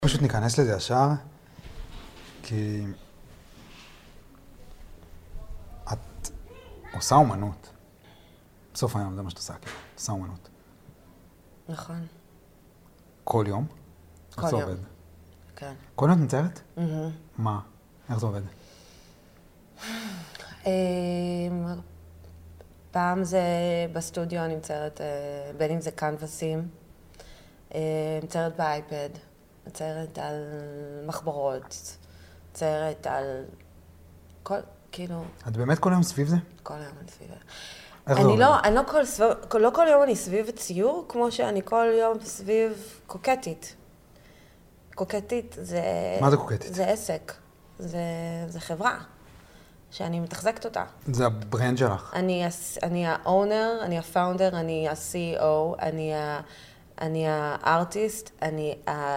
פשוט ניכנס לזה ישר, כי את עושה אומנות. בסוף היום זה מה שאת עושה, כאילו. עושה אומנות. נכון. כל יום? כל איך זה יום. עובד? כן. כל יום את מציירת? מה? איך זה עובד? פעם זה בסטודיו, אני מציירת, בין אם זה קנבסים, מציירת באייפד, מציירת על מחברות, מציירת על כל, כאילו... את באמת כל היום סביב זה? כל היום אני סביב. איך זה עובד? אני לא כל יום אני סביב ציור, כמו שאני כל יום סביב קוקטית. קוקטית זה... מה זה קוקטית? זה עסק, זה חברה, שאני מתחזקת אותה. זה הברנד שלך. אני האונר, אני הפאונדר, אני ה-CEO, אני הארטיסט, אני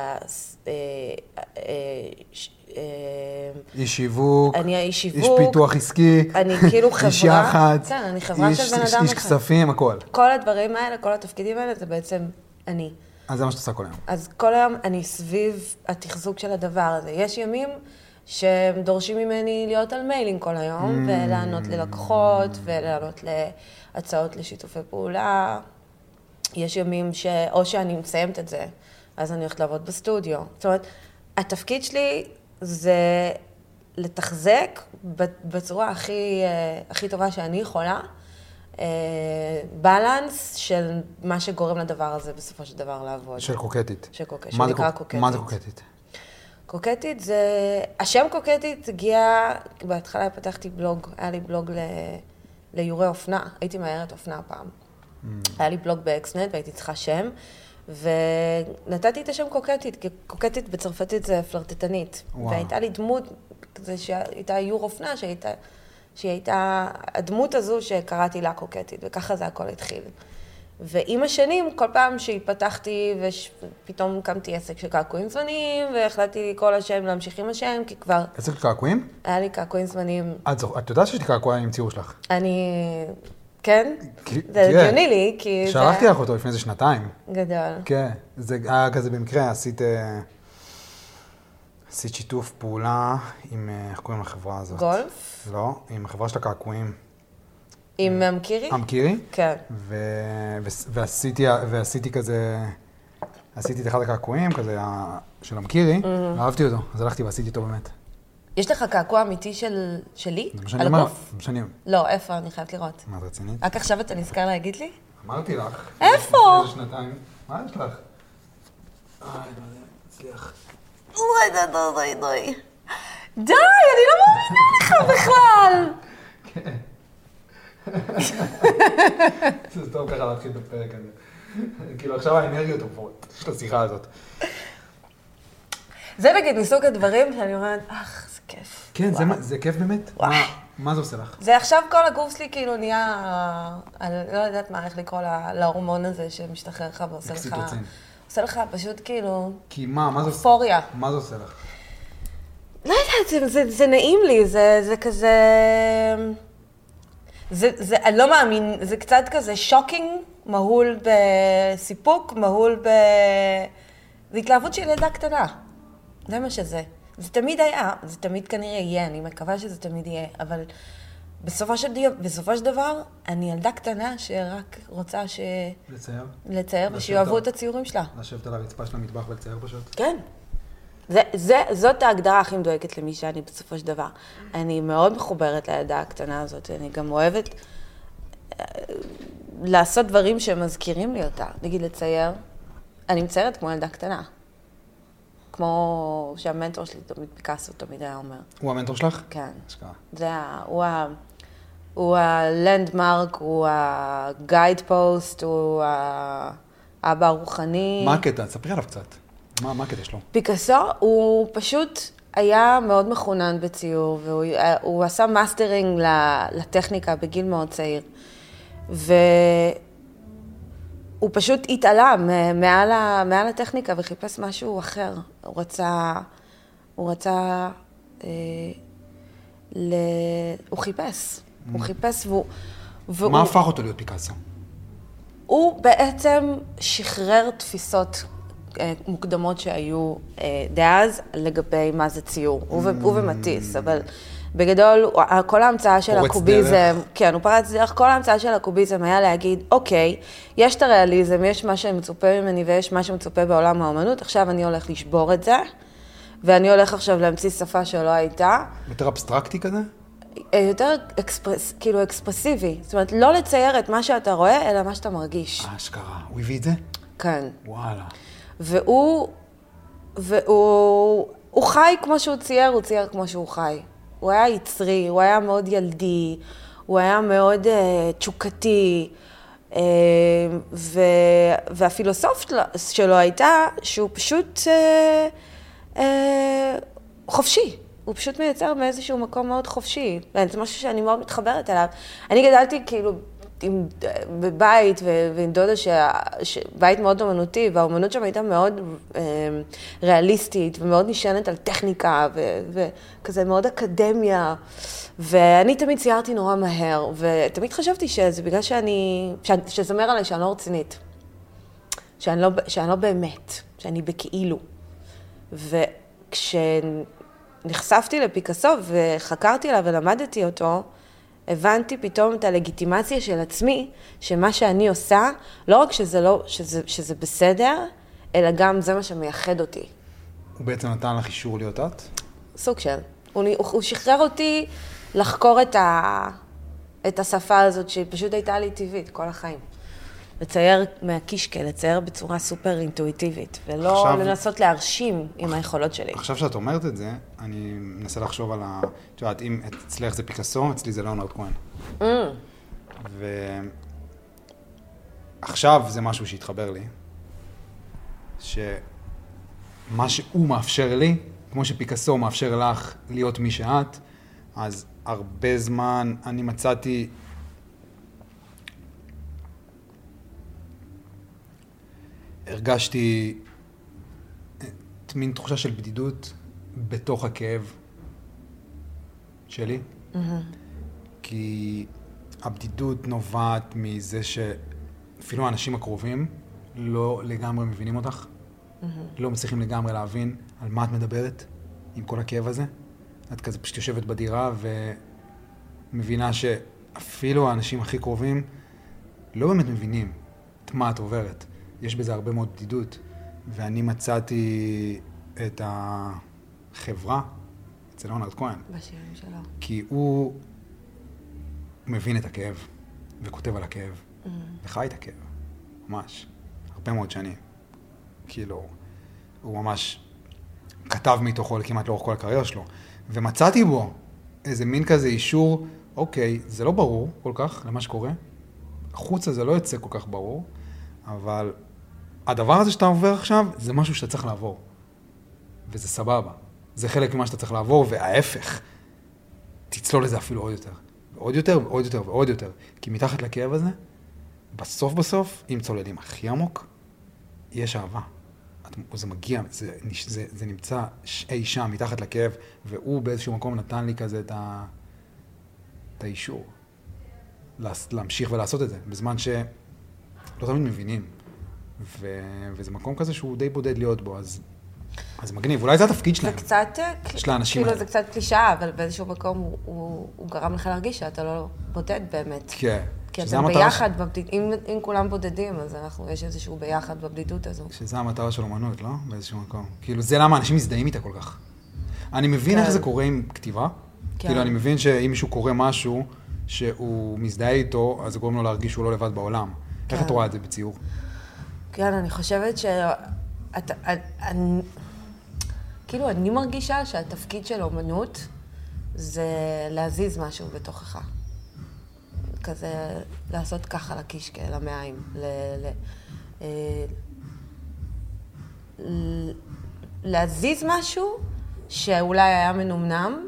איש שיווק, אני האיש שיווק, איש פיתוח עסקי, אני כאילו חברה, איש יח"צ, כן, אני חברה של בן אדם איש אחד. כספים, הכל. כל הדברים האלה, כל התפקידים האלה, זה בעצם אני. אז זה מה שאת עושה כל היום. אז כל היום אני סביב התחזוק של הדבר הזה. יש ימים שדורשים ממני להיות על מיילינג כל היום, ולענות ללקוחות, ולענות להצעות לשיתופי פעולה. יש ימים או שאני מסיימת את זה, אז אני הולכת לעבוד בסטודיו. זאת אומרת, התפקיד שלי זה לתחזק בצורה הכי טובה שאני יכולה, בלנס של מה שגורם לדבר הזה בסופו של דבר לעבוד. של קוקטית. שנקרא קוקטית. מה זה קוקטית? קוקטית זה... השם קוקטית הגיע... בהתחלה פתחתי בלוג, היה לי בלוג ליורי אופנה. הייתי מאיירת אופנה פעם. היה לי בלוג באקסנט והייתי צריכה שם, ונתתי את השם קוקטית, כי קוקטית בצרפתית זה פלרטטנית. והייתה לי דמות, כזה שהייתה יור אופנה, שהיא הייתה הדמות הזו שקראתי לה קוקטית, וככה זה הכל התחיל. ועם השנים, כל פעם שהתפתחתי ופתאום קמתי עסק של קעקועים זמניים, והחלטתי כל השם להמשיך עם השם, כי כבר... עסק קעקועים? היה לי קעקועים זמניים. את יודעת שיש לי קעקוע עם ציור שלך? כן? זה הגיוני לי, כי... שלחתי לך אותו לפני איזה שנתיים. גדול. כן, זה היה כזה במקרה, עשית שיתוף פעולה עם, איך קוראים לחברה הזאת? גולף? לא, עם החברה של הקעקועים. עם אמקירי? אמקירי? כן. ועשיתי כזה, עשיתי את אחד הקעקועים, כזה של אמקירי, ואהבתי אותו, אז הלכתי ועשיתי אותו באמת. יש לך קעקוע אמיתי שלי? זה מה שאני אומר, זה מה שאני אומר. לא, איפה? אני חייבת לראות. מה, את רצינית? רק עכשיו אתה נזכר להגיד לי? אמרתי לך. איפה? לפני איזה שנתיים. מה יש לך? לא יודע, הצליח. די, אני לא מאמינה לך בכלל! כן. זה טוב ככה להתחיל את הפרק הזה. כאילו עכשיו האנרגיות עוברות, יש את השיחה הזאת. זה נגיד מסוג הדברים שאני אומרת, זה כיף. כן, זה כיף באמת? מה זה עושה לך? זה עכשיו כל הגוף שלי כאילו נהיה, אני לא יודעת מה, איך לקרוא להורמון הזה שמשתחרר לך ועושה לך... עושה לך פשוט כאילו... כי מה זה... אופוריה. מה זה עושה לך? לא יודעת, זה נעים לי, זה כזה... אני לא מאמין, זה קצת כזה שוקינג, מהול בסיפוק, מהול זה התלהבות של ילדה קטנה. זה מה שזה. זה תמיד היה, זה תמיד כנראה יהיה, אני מקווה שזה תמיד יהיה, אבל בסופו של דבר, אני ילדה קטנה שרק רוצה לצייר ושיאהבו את הציורים שלה. לשבת על הרצפה של המטבח ולצייר פשוט? כן. זאת ההגדרה הכי מדויקת למי שאני בסופו של דבר. אני מאוד מחוברת לילדה הקטנה הזאת, אני גם אוהבת לעשות דברים שמזכירים לי אותה. נגיד לצייר, אני מציירת כמו ילדה קטנה. כמו שהמנטור שלי תמיד פיקאסו תמיד היה אומר. הוא המנטור שלך? כן. אשכרה. הוא הלנדמרק, הוא הגייד פוסט, הוא האבא הרוחני. מה הקטע? תספרי עליו קצת. מה הקטע שלו? פיקאסו הוא פשוט היה מאוד מחונן בציור, והוא עשה מאסטרינג לטכניקה בגיל מאוד צעיר. והוא פשוט התעלם מעל הטכניקה וחיפש משהו אחר. הוא רצה, הוא חיפש מה הפך אותו להיות פיקאסו? הוא בעצם שחרר תפיסות מוקדמות שהיו דאז לגבי מה זה ציור. הוא ומטיס, אבל בגדול, כל ההמצאה של הקוביזם, כן, הוא פרץ דרך, כל ההמצאה של הקוביזם היה להגיד, אוקיי, יש את הריאליזם, יש מה שמצופה ממני ויש מה שמצופה בעולם האומנות, עכשיו אני הולך לשבור את זה, ואני הולך עכשיו להמציא שפה שלא הייתה. יותר אבסטרקטי כזה? יותר כאילו אקספרסיבי. זאת אומרת, לא לצייר את מה שאתה רואה, אלא מה שאתה מרגיש. אשכרה. הוא הביא את זה? כן. וואלה. והוא חי כמו שהוא צייר, הוא צייר כמו שהוא חי. הוא היה יצרי, הוא היה מאוד ילדי, הוא היה מאוד תשוקתי, והפילוסוף שלו הייתה שהוא פשוט חופשי. הוא פשוט מייצר באיזשהו מקום מאוד חופשי. זה משהו שאני מאוד מתחברת אליו. אני גדלתי כאילו בבית ועם דודה בית מאוד אומנותי, והאומנות שם הייתה מאוד ריאליסטית ומאוד נשענת על טכניקה וכזה מאוד אקדמיה. ואני תמיד ציירתי נורא מהר, ותמיד חשבתי שזה בגלל שזה אומר עליי שאני לא רצינית. שאני לא באמת, שאני בכאילו. וכשנחשפתי לפיקאסו וחקרתי עליו ולמדתי אותו, הבנתי פתאום את הלגיטימציה של עצמי, שמה שאני עושה, לא רק שזה בסדר, אלא גם זה מה שמייחד אותי. הוא בעצם נתן לך אישור להיות את? סוג של. הוא שחרר אותי לחקור את השפה הזאת, שפשוט הייתה לי טבעית כל החיים. לצייר מהקישקה, לצייר בצורה סופר אינטואיטיבית, ולא לנסות להרשים עם היכולות שלי. עכשיו שאת אומרת את זה, אני מנסה לחשוב על את יודעת, אם אצלך זה פיקאסו, אצלי זה ליאונרד כהן. ועכשיו זה משהו שהתחבר לי, שמה שהוא מאפשר לי, כמו שפיקאסו מאפשר לך להיות מי שאת, אז הרבה זמן אני מצאתי הרגשתי מין תחושה של בדידות בתוך הכאב שלי. כי הבדידות נובעת מזה שאפילו האנשים הקרובים לא לגמרי מבינים אותך. לא מצליחים לגמרי להבין על מה את מדברת עם כל הכאב הזה. את כזה פשוט יושבת בדירה ומבינה שאפילו האנשים הכי קרובים לא באמת מבינים את מה את עוברת. יש בזה הרבה מאוד בדידות, ואני מצאתי את החברה אצל ליאונרד כהן. בשירים שלו. כי הוא מבין את הכאב, וכותב על הכאב, וחי את הכאב, ממש, הרבה מאוד שנים. כאילו, הוא ממש כתב מתוכו כמעט לאורך כל הקריירה שלו, ומצאתי בו איזה מין כזה אישור, אוקיי, זה לא ברור כל כך למה שקורה, החוצה זה לא יוצא כל כך ברור, אבל הדבר הזה שאתה עובר עכשיו, זה משהו שאתה צריך לעבור. וזה סבבה. זה חלק ממה שאתה צריך לעבור, וההפך. תצלול לזה אפילו עוד יותר. ועוד יותר, ועוד יותר, ועוד יותר. כי מתחת לכאב הזה, בסוף, אם צוללים הכי עמוק, יש אהבה. זה מגיע, זה נמצא אי שם, מתחת לכאב, והוא באיזשהו מקום נתן לי כזה את האישור. להמשיך ולעשות את זה, בזמן שלא תמיד מבינים. וזה מקום כזה שהוא די בודד להיות בו, אז מגניב. אולי זה התפקיד שלהם. זה קצת, כאילו זה קצת קלישאה, אבל באיזשהו מקום הוא גרם לך להרגיש שאתה לא בודד באמת. כן. כי אתם ביחד, אם כולם בודדים, אז יש איזשהו ביחד בבדידות הזו. שזה המטרה של אומנות, לא? באיזשהו מקום. כאילו, זה למה אנשים מזדהים איתה כל כך. אני מבין איך זה קורה עם כתיבה. כאילו, אני מבין שאם מישהו קורא משהו שהוא מזדהה איתו, אז זה גורם לו להרגיש שהוא לא לבד בעולם. איך את רואה את זה בציור? כן, אני חושבת כאילו, אני מרגישה שהתפקיד של אומנות זה להזיז משהו בתוכך. כזה, לעשות ככה לקישקה, למעיים. להזיז משהו שאולי היה מנומנם,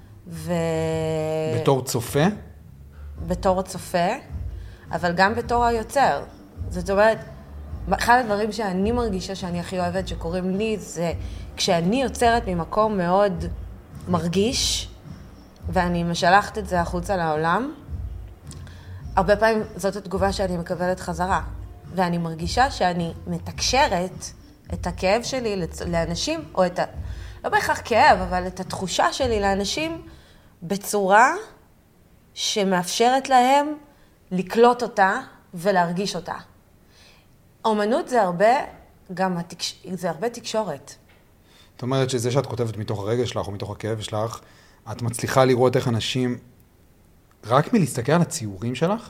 בתור צופה? בתור צופה, אבל גם בתור היוצר. זאת אומרת, אחד הדברים שאני מרגישה שאני הכי אוהבת שקוראים לי, זה כשאני יוצרת ממקום מאוד מרגיש, ואני משלחת את זה החוצה לעולם, הרבה פעמים זאת התגובה שאני מקבלת חזרה. ואני מרגישה שאני מתקשרת את הכאב שלי לאנשים, או את לא בהכרח כאב, אבל את התחושה שלי לאנשים בצורה שמאפשרת להם לקלוט אותה ולהרגיש אותה. אומנות זה הרבה, זה הרבה תקשורת. זאת אומרת שזה שאת כותבת מתוך הרגש שלך או מתוך הכאב שלך, את מצליחה לראות איך אנשים, רק מלהסתכל על הציורים שלך,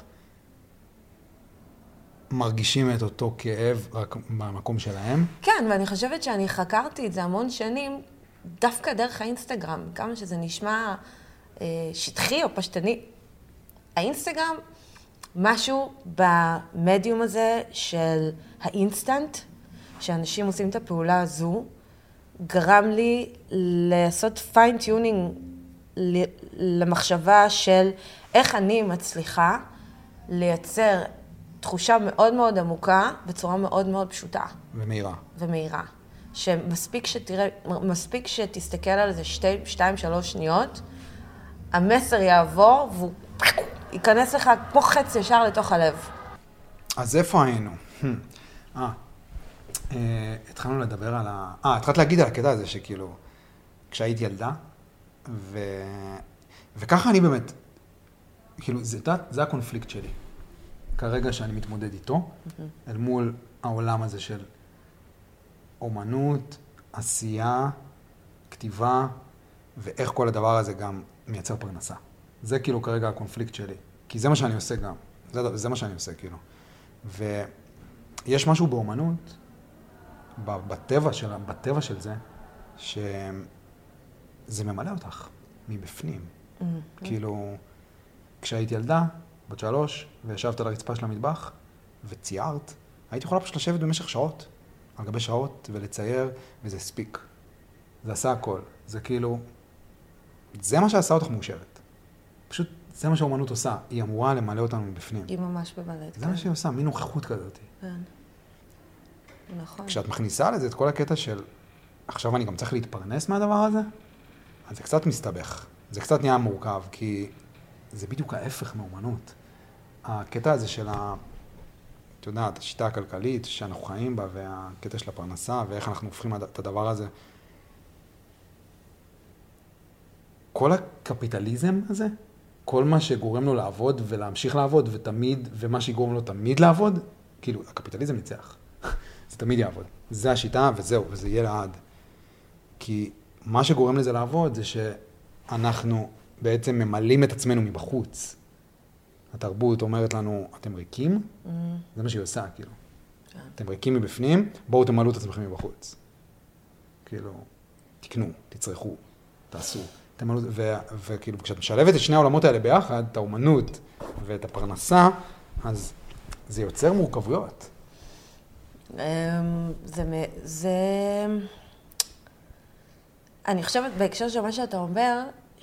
מרגישים את אותו כאב רק במקום שלהם? כן, ואני חושבת שאני חקרתי את זה המון שנים, דווקא דרך האינסטגרם, כמה שזה נשמע שטחי או פשטני. האינסטגרם, משהו במדיום הזה של האינסטנט, שאנשים עושים את הפעולה הזו, גרם לי לעשות פיין-טיונינג למחשבה של איך אני מצליחה לייצר תחושה מאוד מאוד עמוקה בצורה מאוד מאוד פשוטה. ומהירה. ומהירה. שמספיק שתראה, מספיק שתסתכל על זה 2-3 שניות, המסר יעבור והוא ייכנס לך כמו חץ ישר לתוך הלב. אז איפה היינו? התחלנו לדבר על התחלת להגיד על הקטע הזה שכאילו, כשהייתי ילדה, וככה אני באמת, כאילו, זה הקונפליקט שלי. כרגע שאני מתמודד איתו, אל מול העולם הזה של אומנות, עשייה, כתיבה, ואיך כל הדבר הזה גם מייצר פרנסה. זה כאילו כרגע הקונפליקט שלי. כי זה מה שאני עושה גם. זה מה שאני עושה, כאילו. ויש משהו באומנות, בטבע של זה, שזה ממלא אותך מבפנים. כאילו, כשהייתי ילדה, בת 3, וישבת על הרצפה של המטבח, וציירת, הייתי יכולה פשוט לשבת במשך שעות, על גבי שעות, ולצייר, וזה הספיק. זה עשה הכל. זה כאילו, זה מה שעשה אותך מאושרת. פשוט, זה מה שהאומנות עושה. היא אמורה למלא אותנו מבפנים. היא ממש ממלאת. זה מה שהיא עושה, מין נוכחות כזאת. כן. נכון. כשאת מכניסה לזה את כל הקטע של, עכשיו אני גם צריך להתפרנס מהדבר הזה, אז זה קצת מסתבך. זה קצת נהיה מורכב, כי זה בדיוק ההפך מאומנות. הקטע הזה של אתה יודע, השיטה הכלכלית שאנחנו חיים בה, והקטע של הפרנסה, ואיך אנחנו הופכים את הדבר הזה. כל הקפיטליזם הזה, כל מה שגורם לו לעבוד ולהמשיך לעבוד, ומה שיגורם לו תמיד לעבוד, כאילו, הקפיטליזם ניצח. זה תמיד יעבוד. זה השיטה, וזהו, וזה יהיה לעד. כי מה שגורם לזה לעבוד זה שאנחנו בעצם ממלאים את עצמנו מבחוץ. התרבות אומרת לנו, אתם ריקים? זה מה שהיא עושה, כאילו. אתם ריקים מבפנים, בואו תמלאו את עצמכם מבחוץ. כאילו, תקנו, תצרכו, תעשו. וכאילו, כשאת משלבת את שני העולמות האלה ביחד, את האומנות ואת הפרנסה, אז זה יוצר מורכבויות. אני חושבת, בהקשר של מה שאתה אומר,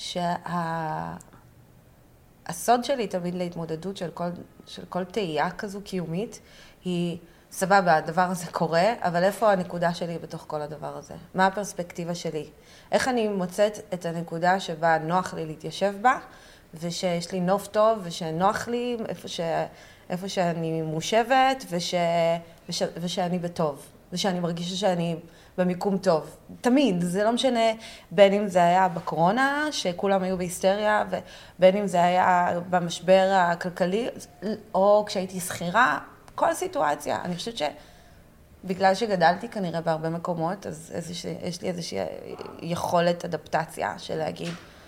הסוד שלי תמיד להתמודדות של כל תהייה כזו קיומית, היא סבבה, הדבר הזה קורה, אבל איפה הנקודה שלי בתוך כל הדבר הזה? מה הפרספקטיבה שלי? איך אני מוצאת את הנקודה שבה נוח לי להתיישב בה, ושיש לי נוף טוב, ושנוח לי איפה שאני מושבת, ושאני בטוב, ושאני מרגישה שאני במיקום טוב. תמיד, זה לא משנה בין אם זה היה בקורונה, שכולם היו בהיסטריה, ובין אם זה היה במשבר הכלכלי, או כשהייתי שכירה, כל סיטואציה. אני חושבת שבגלל שגדלתי כנראה בהרבה מקומות, אז יש לי איזושהי יכולת אדפטציה של להגיד,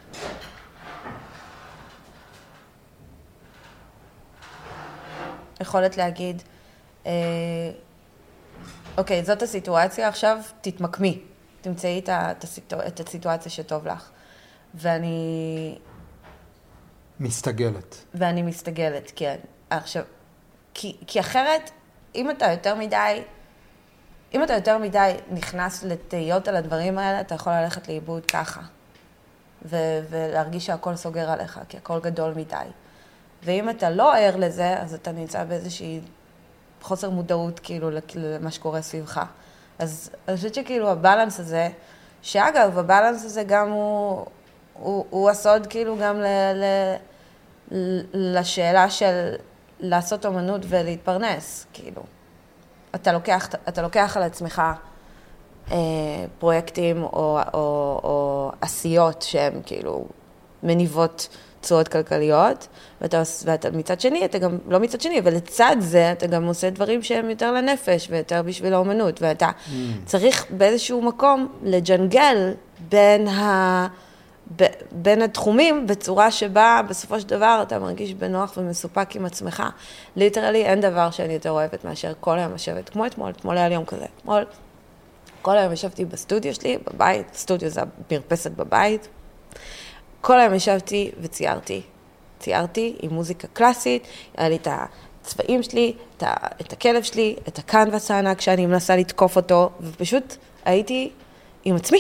יכולת להגיד, אוקיי, זאת הסיטואציה, עכשיו תתמקמי, תמצאי את הסיטואציה שטוב לך. ואני מסתגלת, כן. עכשיו, כי אחרת, אם אתה יותר מדי נכנס לתהיות על הדברים האלה, אתה יכול ללכת לאיבוד ככה. ולהרגיש שהכל סוגר עליך, כי הכל גדול מדי. ואם אתה לא ער לזה, אז אתה נמצא באיזושהי חוסר מודעות, כאילו, למה שקורה סביבך. אז אני חושבת שכאילו הבלנס הזה, שאגב, הבלנס הזה גם הוא הסוד כאילו גם לשאלה של לעשות אומנות ולהתפרנס, כאילו. אתה לוקח על עצמך פרויקטים או עשיות שהן כאילו מניבות תשואות כלכליות, ואתה מצד שני, אתה גם, לא מצד שני, אבל לצד זה אתה גם עושה דברים שהם יותר לנפש ויותר בשביל האומנות, ואתה צריך באיזשהו מקום לג'נגל בין התחומים בצורה שבה בסופו של דבר אתה מרגיש בנוח ומסופק עם עצמך. ליטרלי אין דבר שאני יותר אוהבת מאשר כל היום לשבת, כמו אתמול היה לי יום כזה. כל היום ישבתי בסטודיו שלי, בבית, סטודיו זה מרפסת בבית. כל היום ישבתי וציירתי. ציירתי עם מוזיקה קלאסית, היה לי את הצבעים שלי, את הכלב שלי, את הקנבס הענק שאני מנסה לתקוף אותו, ופשוט הייתי עם עצמי.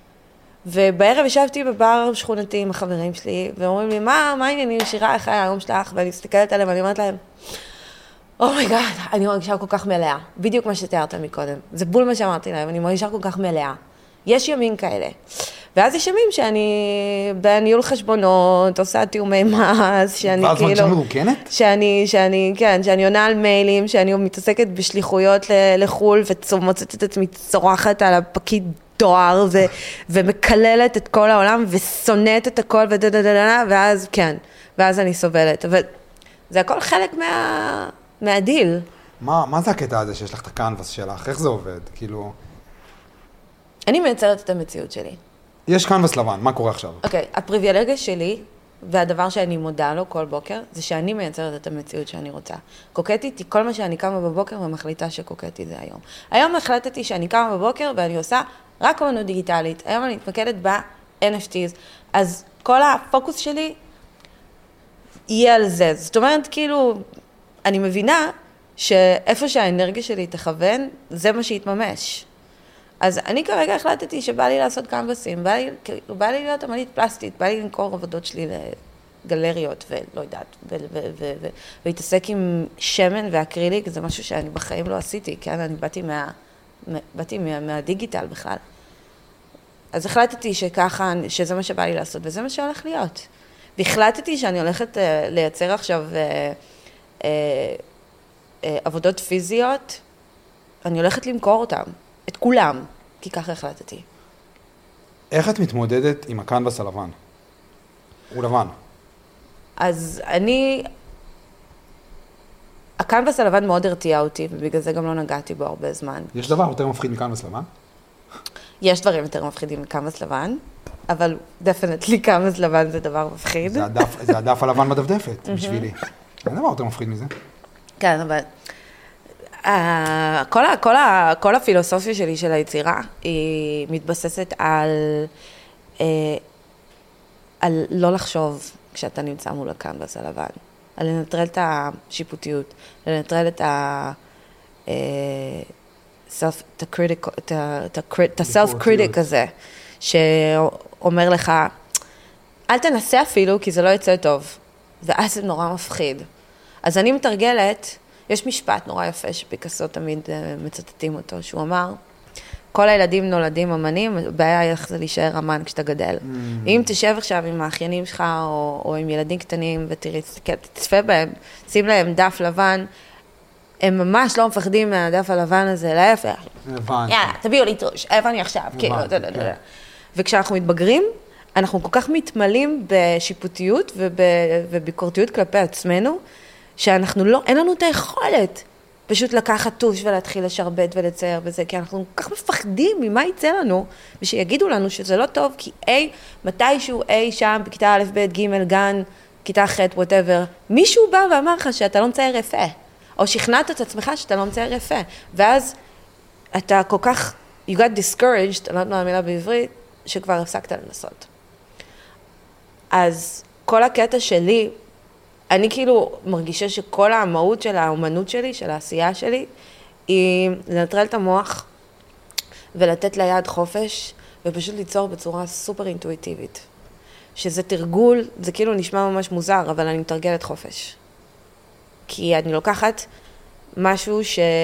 ובערב ישבתי בבר שכונתי עם החברים שלי, ואומרים לי, מה העניינים, שירה, איך היה היום שלך? ואני מסתכלת עליהם, ואני אומרת להם, אומייגאד, אני מרגישה כל כך מלאה. בדיוק מה שתיארת מקודם. זה בול מה שאמרתי להם, אני מרגישה כל כך מלאה. יש ימים כאלה. ואז יש ימים שאני בניהול חשבונות, עושה תיאומי מס, שאני ואז כאילו... מרגישה מרוקנת? שאני עונה על מיילים, שאני מתעסקת בשליחויות לחול, ומוצאת את עצמי צורחת על הפקיד דואר, ומקללת את כל העולם, ושונאת את הכל, ואז כן, ואז אני סובלת. אבל זה הכל חלק מהדיל. מה זה הקטע הזה שיש לך את הקנבס שלך? איך זה עובד? כאילו... אני מייצרת את המציאות שלי. יש קנבס לבן, מה קורה עכשיו? אוקיי, הפריבילגיה שלי, והדבר שאני מודה לו כל בוקר, זה שאני מייצרת את המציאות שאני רוצה. קוקטית היא כל מה שאני קמה בבוקר ומחליטה שקוקטית זה היום. היום החלטתי שאני קמה בבוקר ואני עושה רק אומנות דיגיטלית. היום אני מתמקדת ב-NFTs. אז כל הפוקוס שלי יהיה על זה. זאת אומרת, כאילו, אני מבינה שאיפה שהאנרגיה שלי תכוון, זה מה שיתממש. אז אני כרגע החלטתי שבא לי לעשות קנבסים, בא לי להיות אמנית פלסטית, בא לי למכור עבודות שלי לגלריות ולא יודעת, ולהתעסק עם שמן ואקריליק, זה משהו שאני בחיים לא עשיתי, כן? אני באתי מהדיגיטל בכלל. אז החלטתי שככה, שזה מה שבא לי לעשות, וזה מה שהולך להיות. והחלטתי שאני הולכת לייצר עכשיו עבודות פיזיות, אני הולכת למכור אותם. את כולם, כי ככה החלטתי. איך את מתמודדת עם הקנבס הלבן? הוא לבן. אז הקנבס הלבן מאוד הרתיע אותי, ובגלל זה גם לא נגעתי בו הרבה זמן. יש דבר יותר מפחיד מקנבס לבן? יש דברים יותר מפחידים מקנבס לבן, אבל דפנטלי קנבס לבן זה דבר מפחיד. זה הדף הלבן בדפדפת, בשבילי. אין דבר יותר מפחיד מזה. כן, אבל... כל הפילוסופיה שלי של היצירה היא מתבססת על לא לחשוב כשאתה נמצא מול הקנבס הלבן, על לנטרל את השיפוטיות, לנטרל את ה-self-critic הזה, שאומר לך, אל תנסה אפילו כי זה לא יצא טוב, ואז זה נורא מפחיד. אז אני מתרגלת, יש משפט נורא יפה שפיקאסו תמיד מצטטים אותו, שהוא אמר, כל הילדים נולדים אמנים, הבעיה איך זה להישאר אמן כשאתה גדל. אם תשב עכשיו עם האחיינים שלך, או עם ילדים קטנים, ותראי, תצפה בהם, שים להם דף לבן, הם ממש לא מפחדים מהדף הלבן הזה, להפך. יאללה, תביאו לי טוש, איפה אני עכשיו? וכשאנחנו מתבגרים, אנחנו כל כך מתמלאים בשיפוטיות וביקורתיות כלפי עצמנו, שאנחנו לא, אין לנו את היכולת פשוט לקחת טוש ולהתחיל לשרבט ולצייר וזה, כי אנחנו כל כך מפחדים ממה יצא לנו, ושיגידו לנו שזה לא טוב, כי מתישהו שם, בכיתה א', ב', ג', גן, כיתה ח', whatever, מישהו בא ואמר לך שאתה לא מצייר יפה, או שכנעת את עצמך שאתה לא מצייר יפה, ואז אתה כל כך, you got discouraged, אני לא יודעת מה המילה בעברית, שכבר הפסקת לנסות. אז כל הקטע שלי, אני כאילו מרגישה שכל המהות של האומנות שלי, של העשייה שלי, היא לנטרל את המוח ולתת ליד חופש, ופשוט ליצור בצורה סופר אינטואיטיבית. שזה תרגול, זה כאילו נשמע ממש מוזר, אבל אני מתרגלת חופש. כי אני לוקחת משהו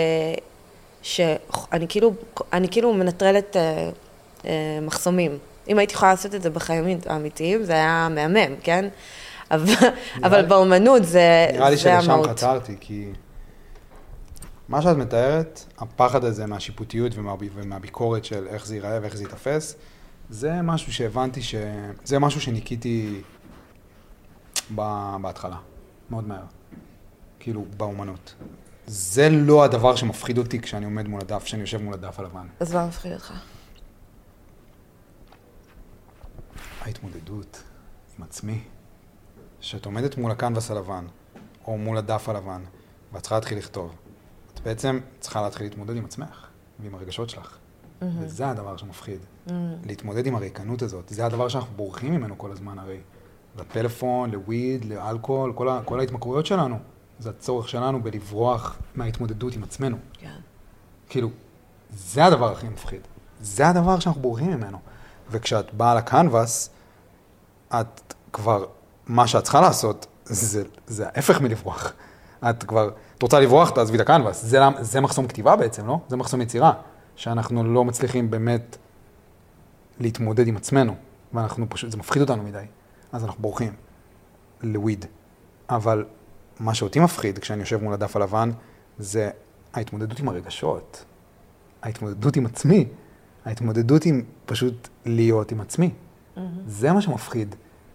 אני כאילו מנטרלת מחסומים. אם הייתי יכולה לעשות את זה בחיים האמיתיים, זה היה מהמם, כן? אבל באומנות זה המהות. נראה לי שלשם חצרתי, כי מה שאת מתארת, הפחד הזה מהשיפוטיות ומהביקורת של איך זה ייראה ואיך זה יתפס, זה משהו שהבנתי זה משהו שניקיתי בהתחלה, מאוד מהר. כאילו, באומנות. זה לא הדבר שמפחיד אותי כשאני עומד מול הדף, כשאני יושב מול הדף הלבן. אז מה מפחיד אותך? ההתמודדות עם עצמי. שאת עומדת מול הקנבס הלבן, או מול הדף הלבן, ואת צריכה להתחיל לכתוב. את בעצם צריכה להתחיל להתמודד עם עצמך, ועם הרגשות שלך. וזה הדבר שמפחיד. להתמודד עם הריקנות הזאת. זה הדבר שאנחנו בורחים ממנו כל הזמן הרי. לפלאפון, לוויד, לאלכוהול, כל ההתמכרויות שלנו. זה הצורך שלנו בלברוח מההתמודדות עם עצמנו. כן. כאילו, זה הדבר הכי מפחיד. זה הדבר שאנחנו בורחים ממנו. וכשאת באה לקנבס, את כבר, מה שאת צריכה לעשות, זה ההפך מלברוח. את רוצה לברוח, תעזבי את הקנבס. זה מחסום כתיבה בעצם, לא? זה מחסום יצירה. שאנחנו לא מצליחים באמת להתמודד עם עצמנו. ואנחנו פשוט, זה מפחיד אותנו מדי. אז אנחנו בורחים לוויד. אבל מה שאותי מפחיד כשאני יושב מול הדף הלבן, זה ההתמודדות עם הרגשות. ההתמודדות עם עצמי. ההתמודדות עם פשוט להיות עם עצמי. זה מה שמפחיד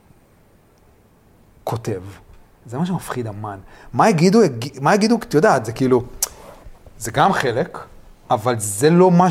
כותב. זה מה שמפחיד אמן. מה יגידו, את יודעת, זה כאילו, זה גם חלק, אבל זה לא מה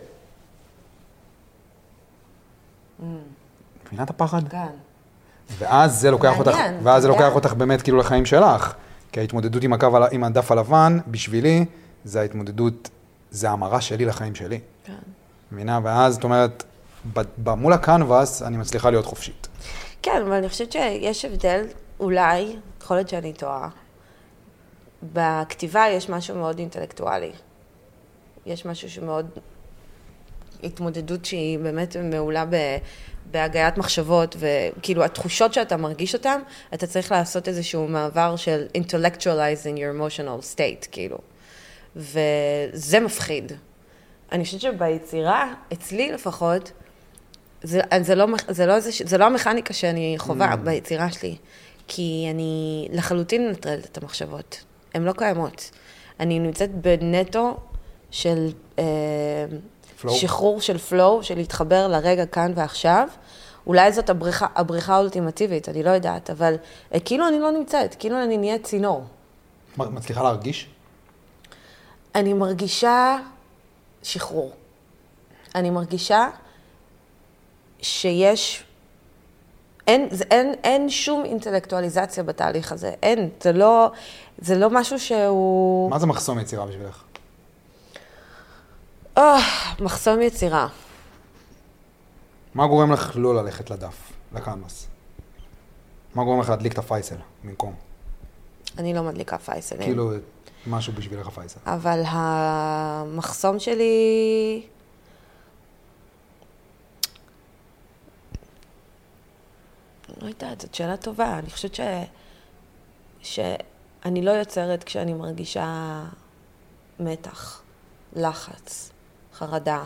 מבינה את הפחד? כן. ואז זה לוקח אותך באמת כאילו לחיים שלך. כי ההתמודדות עם הדף הלבן, בשבילי, זה ההתמודדות, זה המראה שלי לחיים שלי. כן. מבינה? ואז, זאת אומרת, מול הקנבס, אני מצליחה להיות חופשית. כן, אבל אני חושבת שיש הבדל, אולי, יכול להיות שאני טועה. בכתיבה יש משהו מאוד אינטלקטואלי. יש משהו שמאוד, התמודדות שהיא באמת מעולה בהגיית מחשבות, וכאילו התחושות שאתה מרגיש אותן, אתה צריך לעשות איזשהו מעבר של intellectualizing your emotional state, כאילו. וזה מפחיד. אני חושבת שביצירה, אצלי לפחות, זה לא המכניקה שאני חובה ביצירה שלי, כי אני לחלוטין מנטרלת את המחשבות. הן לא קיימות. אני נמצאת בנטו של שחרור של פלואו, של להתחבר לרגע כאן ועכשיו. אולי זאת הבריחה האולטימטיבית, אני לא יודעת, אבל כאילו אני לא נמצאת, כאילו אני נהיית צינור. מצליחה להרגיש? אני מרגישה שחרור. אני מרגישה שיש, אין שום אינטלקטואליזציה בתהליך הזה. אין, זה לא משהו שהוא... מה זה מחסום יצירה בשבילך? מחסום יצירה. מה גורם לך לא ללכת לדף, לקנבס? מה גורם לך להדליק את הפייסל במקום? אני לא מדליקה פייסלים. כאילו משהו בשבילך הפייסל. אבל המחסום שלי... לא יודעת, זאת שאלה טובה. אני חושבת שאני לא יוצרת כשאני מרגישה מתח, לחץ, חרדה,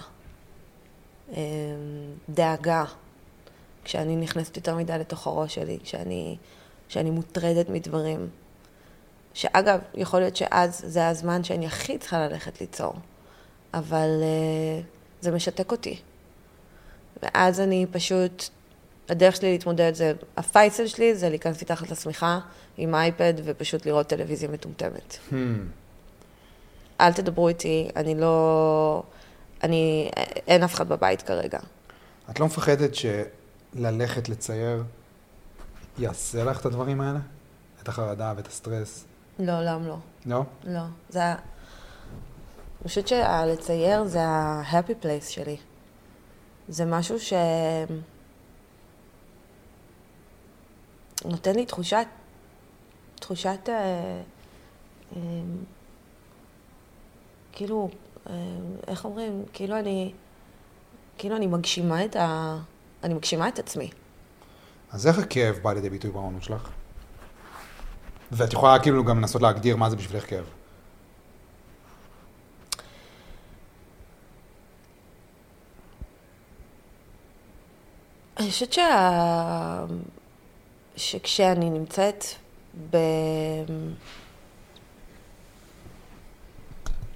דאגה, כשאני נכנסת יותר מדי לתוך הראש שלי, כשאני מוטרדת מדברים. שאגב, יכול להיות שאז זה הזמן שאני הכי צריכה ללכת ליצור, אבל זה משתק אותי. ואז אני פשוט, הדרך שלי להתמודד זה, הפייסל שלי זה להיכנס מתחת לשמיכה עם אייפד ופשוט לראות טלוויזיה מטומטמת. אל תדברו איתי, אין אף אחד בבית כרגע. את לא מפחדת שללכת לצייר יעשה לך את הדברים האלה? את החרדה ואת הסטרס? לא, למה לא? לא? לא. אני חושבת שלצייר זה ה-happy place שלי. זה משהו נותן לי תחושת כאילו, איך אומרים? כאילו אני מגשימה את עצמי. אז איך הכאב בא לידי ביטוי באמנות שלך? ואת יכולה כאילו גם לנסות להגדיר מה זה בשבילך כאב. אני חושבת שכשאני נמצאת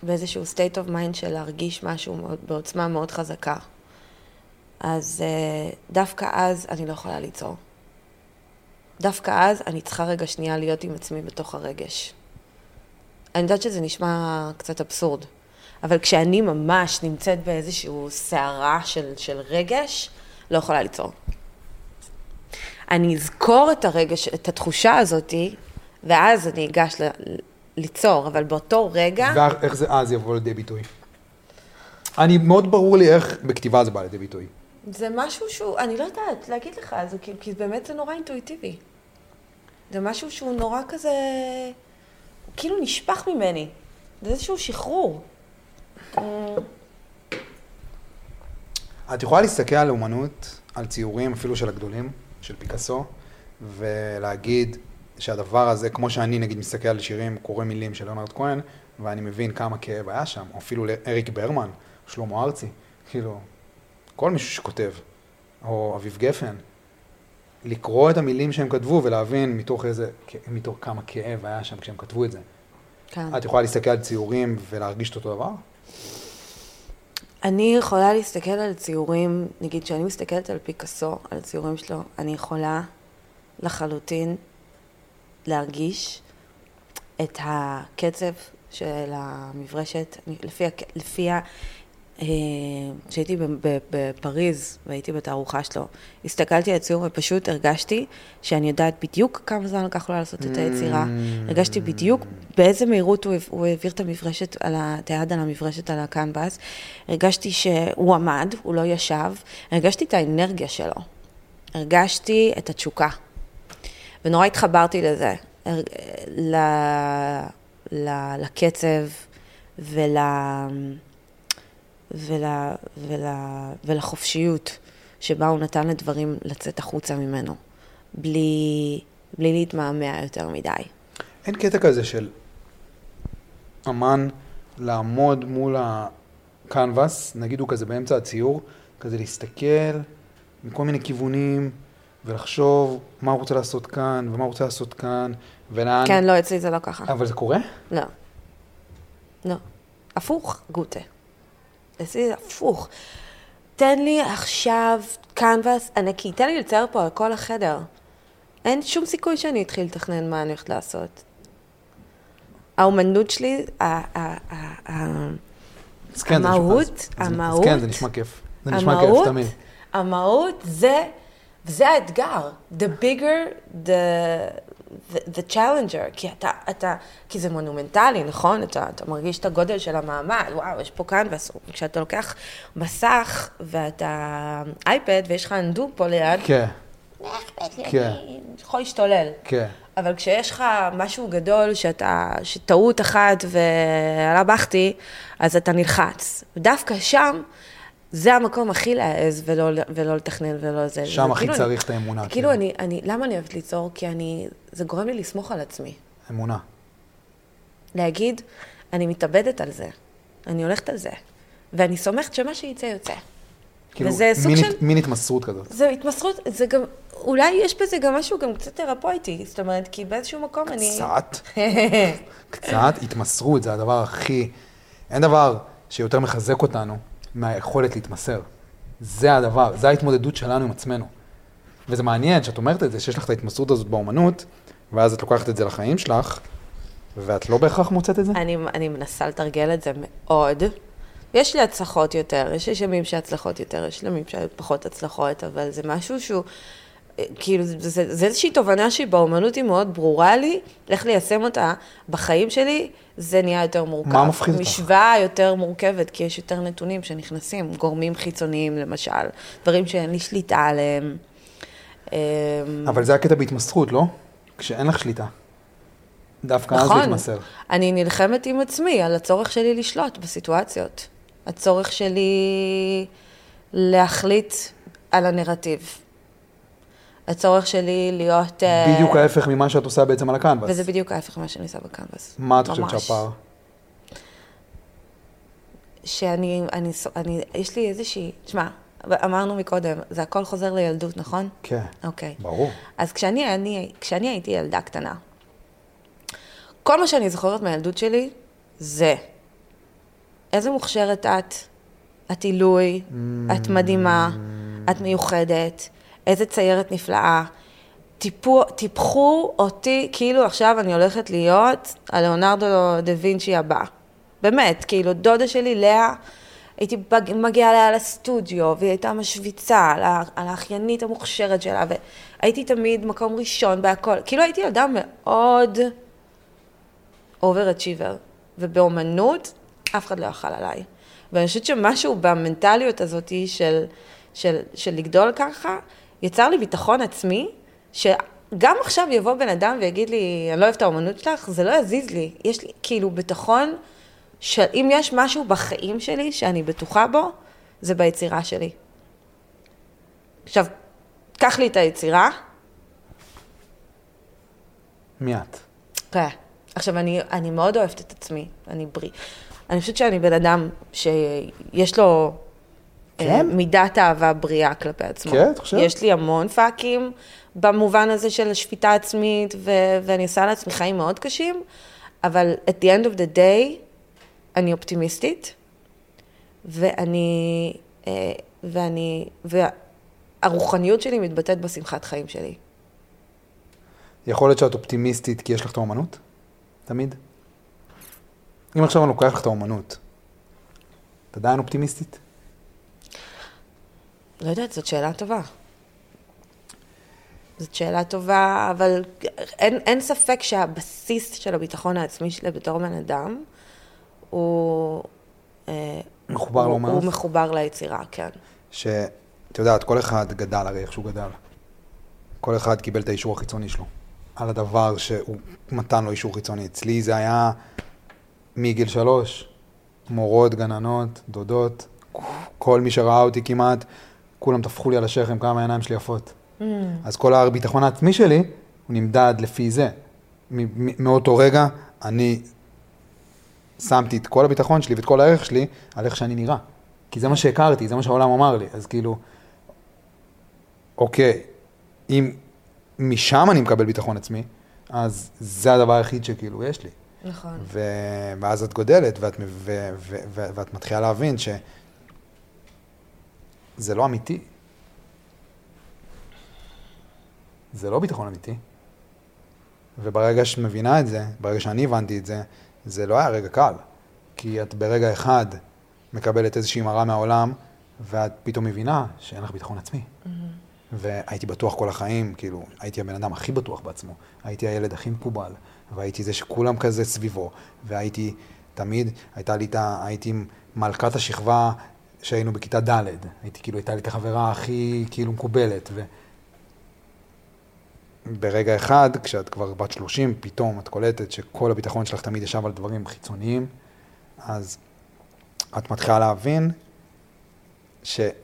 באיזשהו state of mind של להרגיש משהו בעוצמה מאוד חזקה. אז דווקא אז אני לא יכולה ליצור. דווקא אז אני צריכה רגע שנייה להיות עם עצמי בתוך הרגש. אני יודעת שזה נשמע קצת אבסורד, אבל כשאני ממש נמצאת באיזשהו סערה של רגש, לא יכולה ליצור. אני אזכור את הרגש, את התחושה הזאת, ואז אני אגש ליצור, אבל באותו רגע... ואיך זה אז יבוא לידי ביטוי? אני מאוד ברור לי איך בכתיבה זה בא לידי ביטוי. זה משהו שהוא, אני לא יודעת להגיד לך, זה, כי באמת זה נורא אינטואיטיבי. זה משהו שהוא נורא כזה, כאילו נשפך ממני. זה איזשהו שחרור. את יכולה להסתכל על אומנות, על ציורים אפילו של הגדולים, של פיקאסו, ולהגיד שהדבר הזה, כמו שאני נגיד מסתכל על שירים, קורא מילים של ליאונרד כהן, ואני מבין כמה כאב היה שם, או אפילו לאריק ברמן, שלמה ארצי, כאילו, כל מישהו שכותב, או אביב גפן, לקרוא את המילים שהם כתבו ולהבין מתוך כמה כאב היה שם כשהם כתבו את זה. כן. את יכולה להסתכל על ציורים ולהרגיש את אותו דבר? אני יכולה להסתכל על ציורים, נגיד שאני מסתכלת על פיקאסו, על הציורים שלו, אני יכולה לחלוטין להרגיש את הקצב של המברשת, לפי כשהייתי בפריז והייתי בתערוכה שלו, הסתכלתי על הציור ופשוט הרגשתי שאני יודעת בדיוק כמה זמן לקח לו לעשות את היצירה. הרגשתי בדיוק באיזה מהירות הוא העביר את המברשת, את היד על המברשת על הקנבס. הרגשתי שהוא עמד, הוא לא ישב. הרגשתי את האנרגיה שלו. הרגשתי את התשוקה. ונורא התחברתי לזה. לקצב ולחופשיות שבה הוא נתן לדברים לצאת החוצה ממנו, בלי להתמהמה יותר מדי. אין קטע כזה של אמן לעמוד מול הקנבס, נגיד הוא כזה באמצע הציור, כזה להסתכל מכל מיני כיוונים, ולחשוב מה הוא רוצה לעשות כאן, ומה הוא רוצה לעשות כאן, ולאן... כן, לא, אצלי זה לא ככה. אבל זה קורה? לא. לא. הפוך, גוטה. אצלי זה הפוך. תן לי עכשיו קנבס ענקי, תן לי לצייר פה על כל החדר. אין שום סיכוי שאני אתחיל לתכנן מה אני הולכת לעשות. האומנות שלי, המהות, כן, זה נשמע כיף. זה נשמע כיף, תמיד. המהות זה האתגר. The bigger, the challenger. כי זה מונומנטלי, נכון? אתה מרגיש את הגודל של המעמד. וואו, יש פה קנבס. כשאתה לוקח מסך ואתה אייפד ויש לך אנדו פה ליד, כן. אני יכול להשתולל. כן. אבל כשיש לך משהו גדול שטעות אחת ועלה בכתי, אז אתה נלחץ. ודווקא שם, זה המקום הכי להעז ולא לתכנן ולא זה. שם הכי צריך את האמונה. כאילו, למה אני אוהבת ליצור? כי זה גורם לי לסמוך על עצמי. אמונה. להגיד, אני מתאבדת על זה. אני הולכת על זה. ואני סומכת שמה שיצא יוצא. כאילו, מין התמסרות כזאת. זה התמסרות, זה גם, אולי יש בזה גם משהו גם קצת תרפויטי. זאת אומרת, כי באיזשהו מקום אני... קצת התמסרות, זה הדבר הכי... אין דבר שיותר מחזק אותנו מהיכולת להתמסר. זה הדבר, זה ההתמודדות שלנו עם עצמנו. וזה מעניין שאת אומרת את זה, שיש לך את ההתמסרות הזאת באומנות, ואז את לוקחת את זה לחיים שלך, ואת לא בהכרח מוצאת את זה? אני מנסה לתרגל את זה מאוד. יש לי הצלחות יותר, יש ימים שהצלחות יותר, יש ימים שפחות הצלחות, אבל זה משהו שהוא, כאילו, זה איזושהי תובנה שהיא באומנות היא מאוד ברורה לי, איך ליישם אותה בחיים שלי, זה נהיה יותר מורכב. מה מפחיד אותך? משוואה יותר מורכבת, כי יש יותר נתונים שנכנסים, גורמים חיצוניים למשל, דברים שאין לי שליטה עליהם. אבל זה הקטע בהתמסרות, לא? כשאין לך שליטה. דווקא אז להתמסר. אני נלחמת עם עצמי על הצורך שלי לשלוט בסיטואציות. הצורך שלי להחליט על הנרטיב. הצורך שלי להיות... בדיוק ההפך ממה שאת עושה בעצם על הקנבס. וזה בדיוק ההפך ממה שאני עושה בקנבס. מה את חושבת שהפער? יש לי איזושהי... תשמע, אמרנו מקודם, זה הכל חוזר לילדות, נכון? כן. אוקיי. ברור. אז כשאני הייתי ילדה קטנה, כל מה שאני זוכרת מהילדות שלי זה איזה מוכשרת את עילוי, את מדהימה, את מיוחדת, איזה ציירת נפלאה. טיפחו אותי, כאילו עכשיו אני הולכת להיות הלאונרדו דה וינצ'י הבא. באמת, כאילו דודה שלי, לאה, הייתי מגיעה אליה לסטודיו, והיא הייתה משוויצה על האחיינית המוכשרת שלה, והייתי תמיד מקום ראשון בהכל. כאילו הייתי ילדה מאוד overachiever, ובאומנות אף אחד לא יאכל עליי. ואני חושבת שמשהו במנטליות הזאת של לגדול ככה, יצר לי ביטחון עצמי, שגם עכשיו יבוא בן אדם ויגיד לי, אני לא אוהב את האומנות שלך, זה לא יזיז לי. יש לי כאילו ביטחון, שאם יש משהו בחיים שלי שאני בטוחה בו, זה ביצירה שלי. עכשיו, קח לי את היצירה. מי את? כן. עכשיו, אני מאוד אוהבת את עצמי, אני בריא. אני חושבת שאני בן אדם שיש לו מידת אהבה בריאה כלפי עצמו. כן, את חושבת? יש לי המון פאקים במובן הזה של שפיטה עצמית, ואני עושה לעצמי חיים מאוד קשים, אבל at the end of the day, אני אופטימיסטית, והרוחניות שלי מתבטאת בשמחת חיים שלי. יכול להיות שאת אופטימיסטית כי יש לך את האומנות? תמיד? אם עכשיו אני לוקח לך את האומנות, את עדיין אופטימיסטית? לא יודעת, זאת שאלה טובה. זאת שאלה טובה, אבל אין ספק שהבסיס של הביטחון העצמי שלי בתור בן אדם, הוא מחובר לאומנות? הוא מחובר ליצירה, כן. את יודעת, כל אחד גדל הרי איך שהוא גדל. כל אחד קיבל את האישור החיצוני שלו. על הדבר שהוא מתן לו אישור חיצוני. אצלי זה היה מגיל 3, מורות, גננות, דודות, כל מי שראה אותי כמעט, כולם תפחו לי על השכם כמה העיניים שלי יפות. אז כל הביטחון העצמי שלי, הוא נמדד לפי זה. מאותו רגע, אני שמתי את כל הביטחון שלי ואת כל הערך שלי על איך שאני נראה. כי זה מה שהכרתי, זה מה שהעולם אמר לי. אז כאילו, אוקיי, אם משם אני מקבל ביטחון עצמי, אז זה הדבר היחיד שכאילו יש לי. נכון. ואז את גודלת, ואת מתחילה להבין שזה לא אמיתי. זה לא ביטחון אמיתי. וברגע שאת מבינה את זה, ברגע שאני הבנתי את זה, זה לא היה רגע קל. כי את ברגע אחד מקבלת איזושהי מראה מהעולם, ואת פתאום מבינה שאין לך ביטחון עצמי. והייתי בטוח כל החיים, כאילו, הייתי הבן אדם הכי בטוח בעצמו. הייתי הילד הכי מקובל, והייתי זה שכולם כזה סביבו. והייתי תמיד, הייתי מלכת השכבה שהיינו בכיתה ד'. הייתה לי את החברה הכי כאילו מקובלת. ברגע אחד, כשאת כבר בת 30, פתאום את קולטת שכל הביטחון שלך תמיד ישב על דברים חיצוניים, אז את מתחילה להבין שאין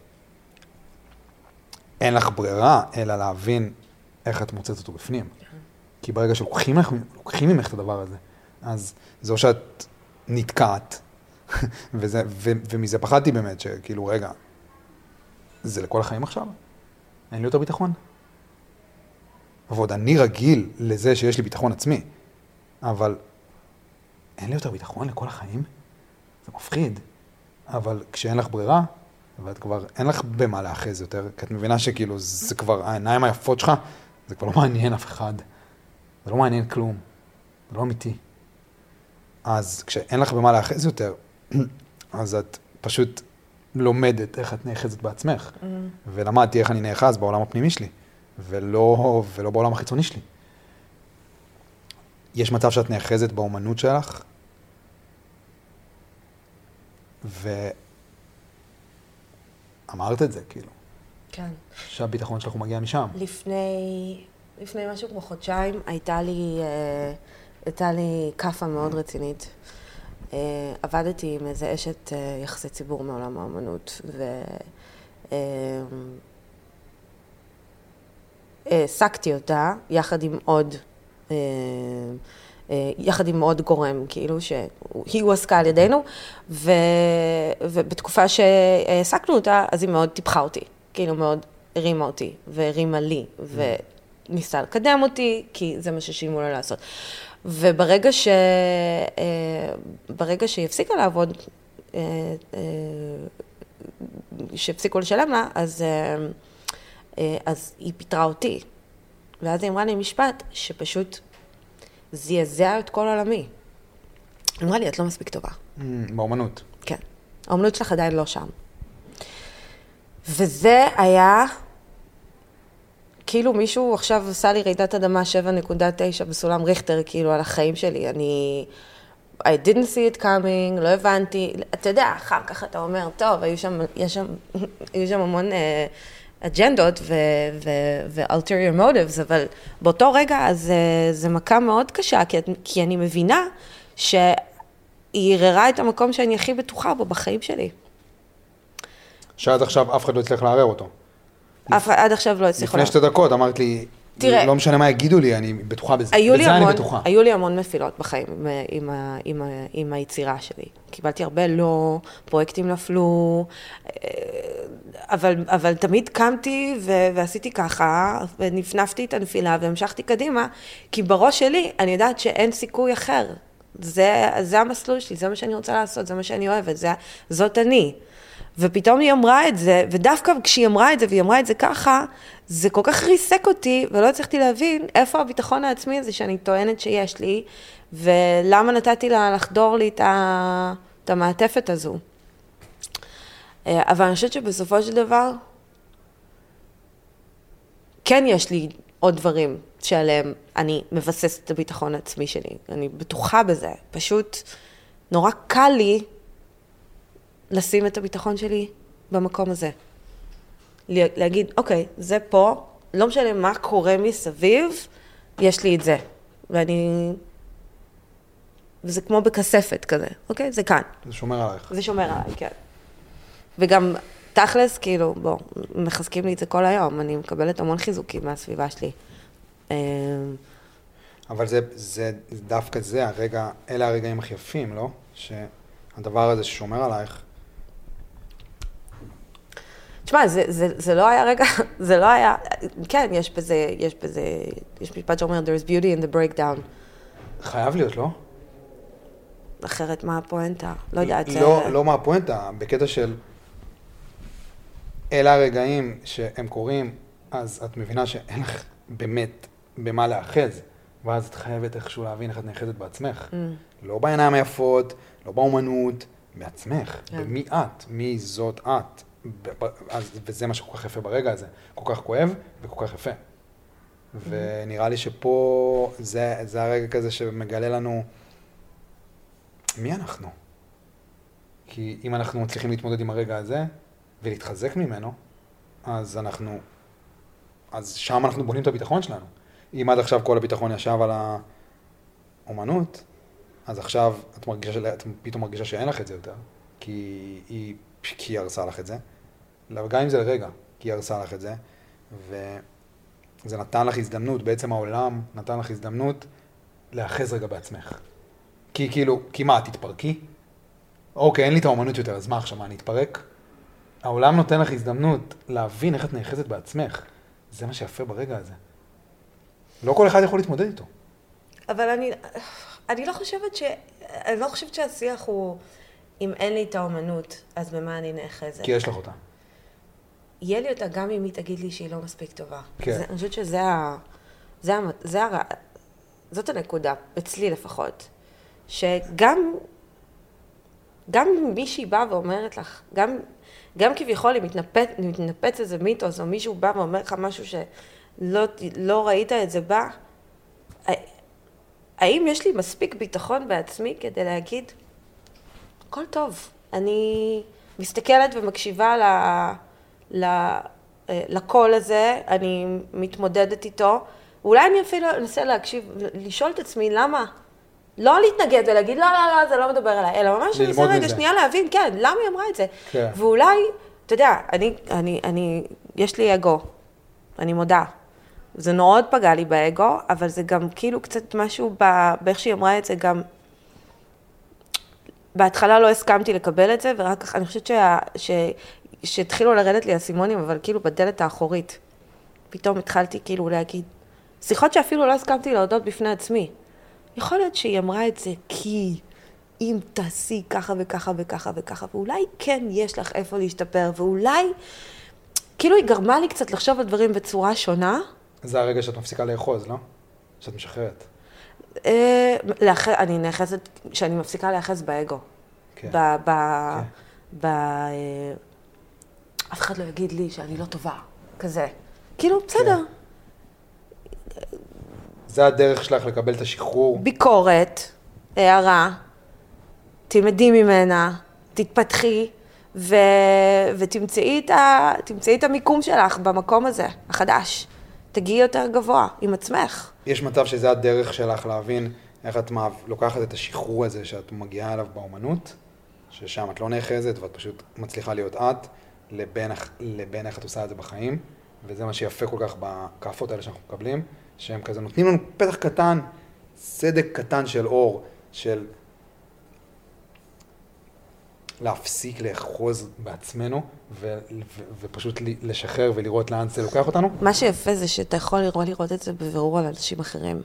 לך ברירה, אלא להבין איך את מוצאת אותו בפנים. כי ברגע שלוקחים ממך את הדבר הזה, אז זו שאת נתקעת, ומזה פחדתי באמת, שכאילו, רגע, זה לכל החיים עכשיו? אין לי יותר ביטחון? ועוד אני רגיל לזה שיש לי ביטחון עצמי, אבל אין לי יותר ביטחון לכל החיים? זה מפחיד. אבל כשאין לך ברירה, ואת כבר אין לך במה לאחז יותר, כי את מבינה שכאילו זה כבר, העיניים היפות שלך, זה כבר לא מעניין אף אחד. זה לא מעניין כלום. זה לא אמיתי. אז כשאין לך במה לאחז יותר, אז את פשוט לומדת איך את נאחזת בעצמך. ולמדתי איך אני נאחז בעולם הפנימי שלי. ולא בעולם החיצוני שלי. יש מצב שאת נאחזת באומנות שלך, ואמרת את זה, כאילו. כן. שהביטחון שלך הוא מגיע משם. לפני משהו כמו חודשיים, הייתה לי קפה מאוד רצינית. עבדתי עם איזה אשת יחסי ציבור מעולם האומנות, העסקתי אותה יחד עם עוד גורם, כאילו שהיא הועסקה על ידינו, ובתקופה שהעסקנו אותה, אז היא מאוד טיפחה אותי, כאילו מאוד הרימה אותי, והרימה לי, וניסה לקדם אותי, כי זה מה ששילמו לה לעשות. וברגע שהיא הפסיקה לעבוד, שהפסיקו לשלם לה, אז היא פיתרה אותי. ואז היא אמרה לי משפט שפשוט זעזע את כל עולמי. היא אמרה לי, את לא מספיק טובה. באומנות. כן. האומנות שלך עדיין לא שם. וזה היה, כאילו מישהו עכשיו עשה לי רעידת אדמה 7.9 בסולם ריכטר, כאילו על החיים שלי. I didn't see it coming, לא הבנתי. אתה יודע, אחר כך אתה אומר, טוב, היו שם המון אג'נדות ו-ulterior motives, אבל באותו רגע זה מכה מאוד קשה, כי אני מבינה שהיא ערערה את המקום שאני הכי בטוחה בו בחיים שלי. שעד עכשיו אף אחד לא הצליח לערער אותו. עד עכשיו לא הצליחו. לפני 2 דקות אמרת לי, לא משנה מה יגידו לי, אני בטוחה בזה. בזה אני בטוחה. היו לי המון מפילות בחיים עם היצירה שלי. קיבלתי הרבה לא, פרויקטים נפלו, אבל תמיד קמתי ועשיתי ככה, ונפנפתי את הנפילה והמשכתי קדימה, כי בראש שלי אני יודעת שאין סיכוי אחר. זה המסלול שלי, זה מה שאני רוצה לעשות, זה מה שאני אוהבת, זאת אני. ופתאום היא אמרה את זה, ודווקא כשהיא אמרה את זה, והיא אמרה את זה ככה, זה כל כך ריסק אותי, ולא הצלחתי להבין איפה הביטחון העצמי הזה שאני טוענת שיש לי, ולמה נתתי לה לחדור לי את המעטפת הזו. אבל אני חושבת שבסופו של דבר, כן יש לי עוד דברים שעליהם אני מבססת את הביטחון העצמי שלי. אני בטוחה בזה. פשוט נורא קל לי לשים את הביטחון שלי במקום הזה. להגיד, אוקיי, זה פה, לא משנה מה קורה מסביב, יש לי את זה. וזה כמו בכספת כזה, אוקיי? זה כאן. זה שומר עלייך. זה שומר עליי, כן. וגם תכלס, כאילו, מחזקים לי את זה כל היום. אני מקבלת המון חיזוקים מהסביבה שלי. אבל זה דווקא זה, אלה הרגעים הכי יפים, לא? שהדבר הזה ששומר עלייך, תשמע, זה לא היה רגע, זה לא היה, כן, יש משפט שאומר, there's beauty in the breakdown. חייב להיות, לא? אחרת מה הפואנטה? לא יודעת. לא מה הפואנטה, בקטע של אלה הרגעים שהם קורים, אז את מבינה שאין לך באמת במה לאחז, ואז את חייבת איכשהו להבין איך את נאחזת בעצמך. לא בעיניים היפות, לא באומנות, בעצמך, במי את, מי זאת את. וזה מה שכל כך יפה ברגע הזה, כל כך כואב וכל כך יפה. ונראה לי שפה זה הרגע כזה שמגלה לנו מי אנחנו. כי אם אנחנו מצליחים להתמודד עם הרגע הזה ולהתחזק ממנו, אז שם אנחנו בונים את הביטחון שלנו. אם עד עכשיו כל הביטחון ישב על האומנות, אז עכשיו את פתאום מרגישה שאין לך את זה יותר, כי היא הרסה לך את זה, גם אם זה לרגע, כי היא הרסה לך את זה, וזה נתן לך הזדמנות, בעצם העולם נתן לך הזדמנות לאחז רגע בעצמך. כי מה, תתפרקי? אוקיי, אין לי את האומנות יותר, אז מה עכשיו, מה, אני אתפרק? העולם נותן לך הזדמנות להבין איך את נאחזת בעצמך. זה מה שיפה ברגע הזה. לא כל אחד יכול להתמודד איתו. אבל אני לא חושבת שהשיח הוא, אם אין לי את האומנות, אז במה אני נאחזת? כי יש לך אותה. יהיה לי אותה גם אם היא תגיד לי שהיא לא מספיק טובה. כן. אני חושבת זאת הנקודה, אצלי לפחות, שגם מישהי באה ואומרת לך, גם כביכול אם מתנפץ איזה מיתוס, או מישהו בא ואומר לך משהו שלא ראית את זה בא, האם יש לי מספיק ביטחון בעצמי כדי להגיד, הכל טוב, אני מסתכלת ומקשיבה לקול הזה, אני מתמודדת איתו, ואולי אני אפילו אנסה להקשיב, לשאול את עצמי למה, לא להתנגד ולהגיד, לא, זה לא מדבר עליי, אלא ממש אני אנסה רגע שנייה להבין, כן, למה היא אמרה את זה? כן. ואולי, אתה יודע, יש לי אגו, אני מודה. זה מאוד פגע לי באגו, אבל זה גם כאילו קצת משהו באיך שהיא אמרה את זה, גם בהתחלה לא הסכמתי לקבל את זה, ורק אני חושבת שהתחילו לרדת לי הסימונים, אבל כאילו בדלת האחורית. פתאום התחלתי כאילו להגיד, שיחות שאפילו לא הסכמתי להודות בפני עצמי. יכול להיות שהיא אמרה את זה כי אם תעשי ככה וככה וככה וככה, ואולי כן יש לך איפה להשתפר, ואולי, כאילו היא גרמה לי קצת לחשוב על דברים בצורה שונה. זה הרגע שאת מפסיקה לאחוז, לא? שאת משחררת. אני נאחזת, שאני מפסיקה לאחז באגו. כן. אף אחד לא יגיד לי שאני לא טובה, כזה. כאילו, בסדר. זה הדרך שלך לקבל את השחרור. ביקורת, הערה, תלמדי ממנה, תתפתחי, ותמצאי את המיקום שלך במקום הזה, החדש. תגיעי יותר גבוה עם עצמך. יש מצב שזה הדרך שלך להבין איך את לוקחת את השחרור הזה שאת מגיעה אליו באומנות, ששם את לא נאחזת ואת פשוט מצליחה להיות את, לבין איך את עושה את זה בחיים, וזה מה שיפה כל כך בכאפות האלה שאנחנו מקבלים, שהם כזה נותנים לנו פתח קטן, סדק קטן של אור, של להפסיק לאחוז בעצמנו, ופשוט לשחרר ולראות לאן זה לוקח אותנו. מה שיפה זה שאתה יכול לראות את זה בבירור על אנשים אחרים.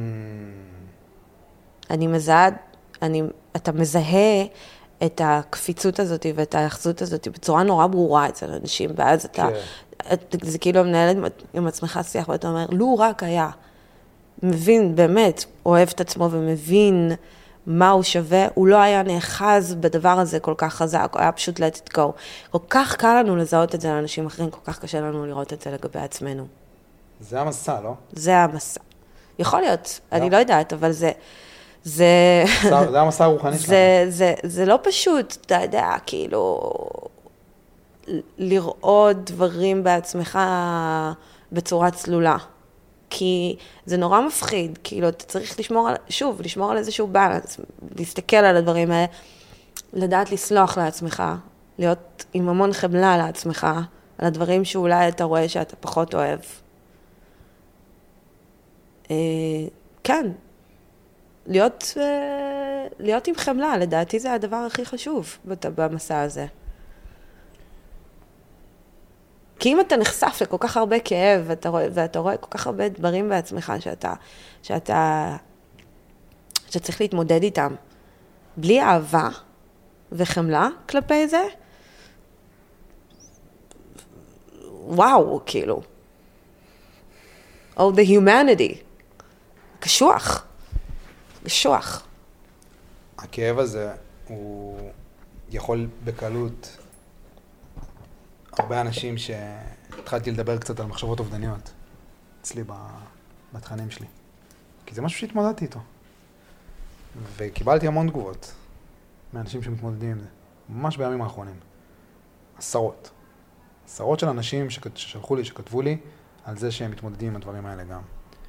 אתה מזהה את הקפיצות הזאת ואת האחזות הזאת בצורה נורא ברורה אצל אנשים, ואז זה כאילו המנהל עם עצמך שיח, ואתה אומר, לו רק היה מבין באמת, אוהב את עצמו ומבין מה הוא שווה, הוא לא היה נאחז בדבר הזה כל כך חזק, הוא היה פשוט let it go. כל כך קל לנו לזהות את זה לאנשים אחרים, כל כך קשה לנו לראות את זה לגבי עצמנו. זה המסע, לא? זה המסע. יכול להיות, אני לא יודעת, אבל זה המסע הרוחני שלנו. זה לא פשוט, אתה יודע, כאילו, לראות דברים בעצמך בצורה צלולה. כי זה נורא מפחיד, כאילו, אתה צריך לשמור על איזשהו בלנס, להסתכל על הדברים האלה, לדעת לסלוח לעצמך, להיות עם המון חמלה לעצמך, על הדברים שאולי אתה רואה שאתה פחות אוהב. כן, להיות עם חמלה, לדעתי זה הדבר הכי חשוב במסע הזה. כי אם אתה נחשף לכל כך הרבה כאב, ואתה רואה כל כך הרבה דברים בעצמך שאתה צריך להתמודד איתם, בלי אהבה וחמלה כלפי זה, וואו, כאילו. All the humanity. קשוח. קשוח. הכאב הזה הוא יכול בקלות, הרבה אנשים שהתחלתי לדבר קצת על מחשבות אובדניות אצלי בתכנים שלי. כי זה משהו שהתמודדתי איתו. וקיבלתי המון תגובות מאנשים שמתמודדים עם זה. ממש בימים האחרונים. עשרות של אנשים ששלחו לי, שכתבו לי על זה שהם מתמודדים עם הדברים האלה גם.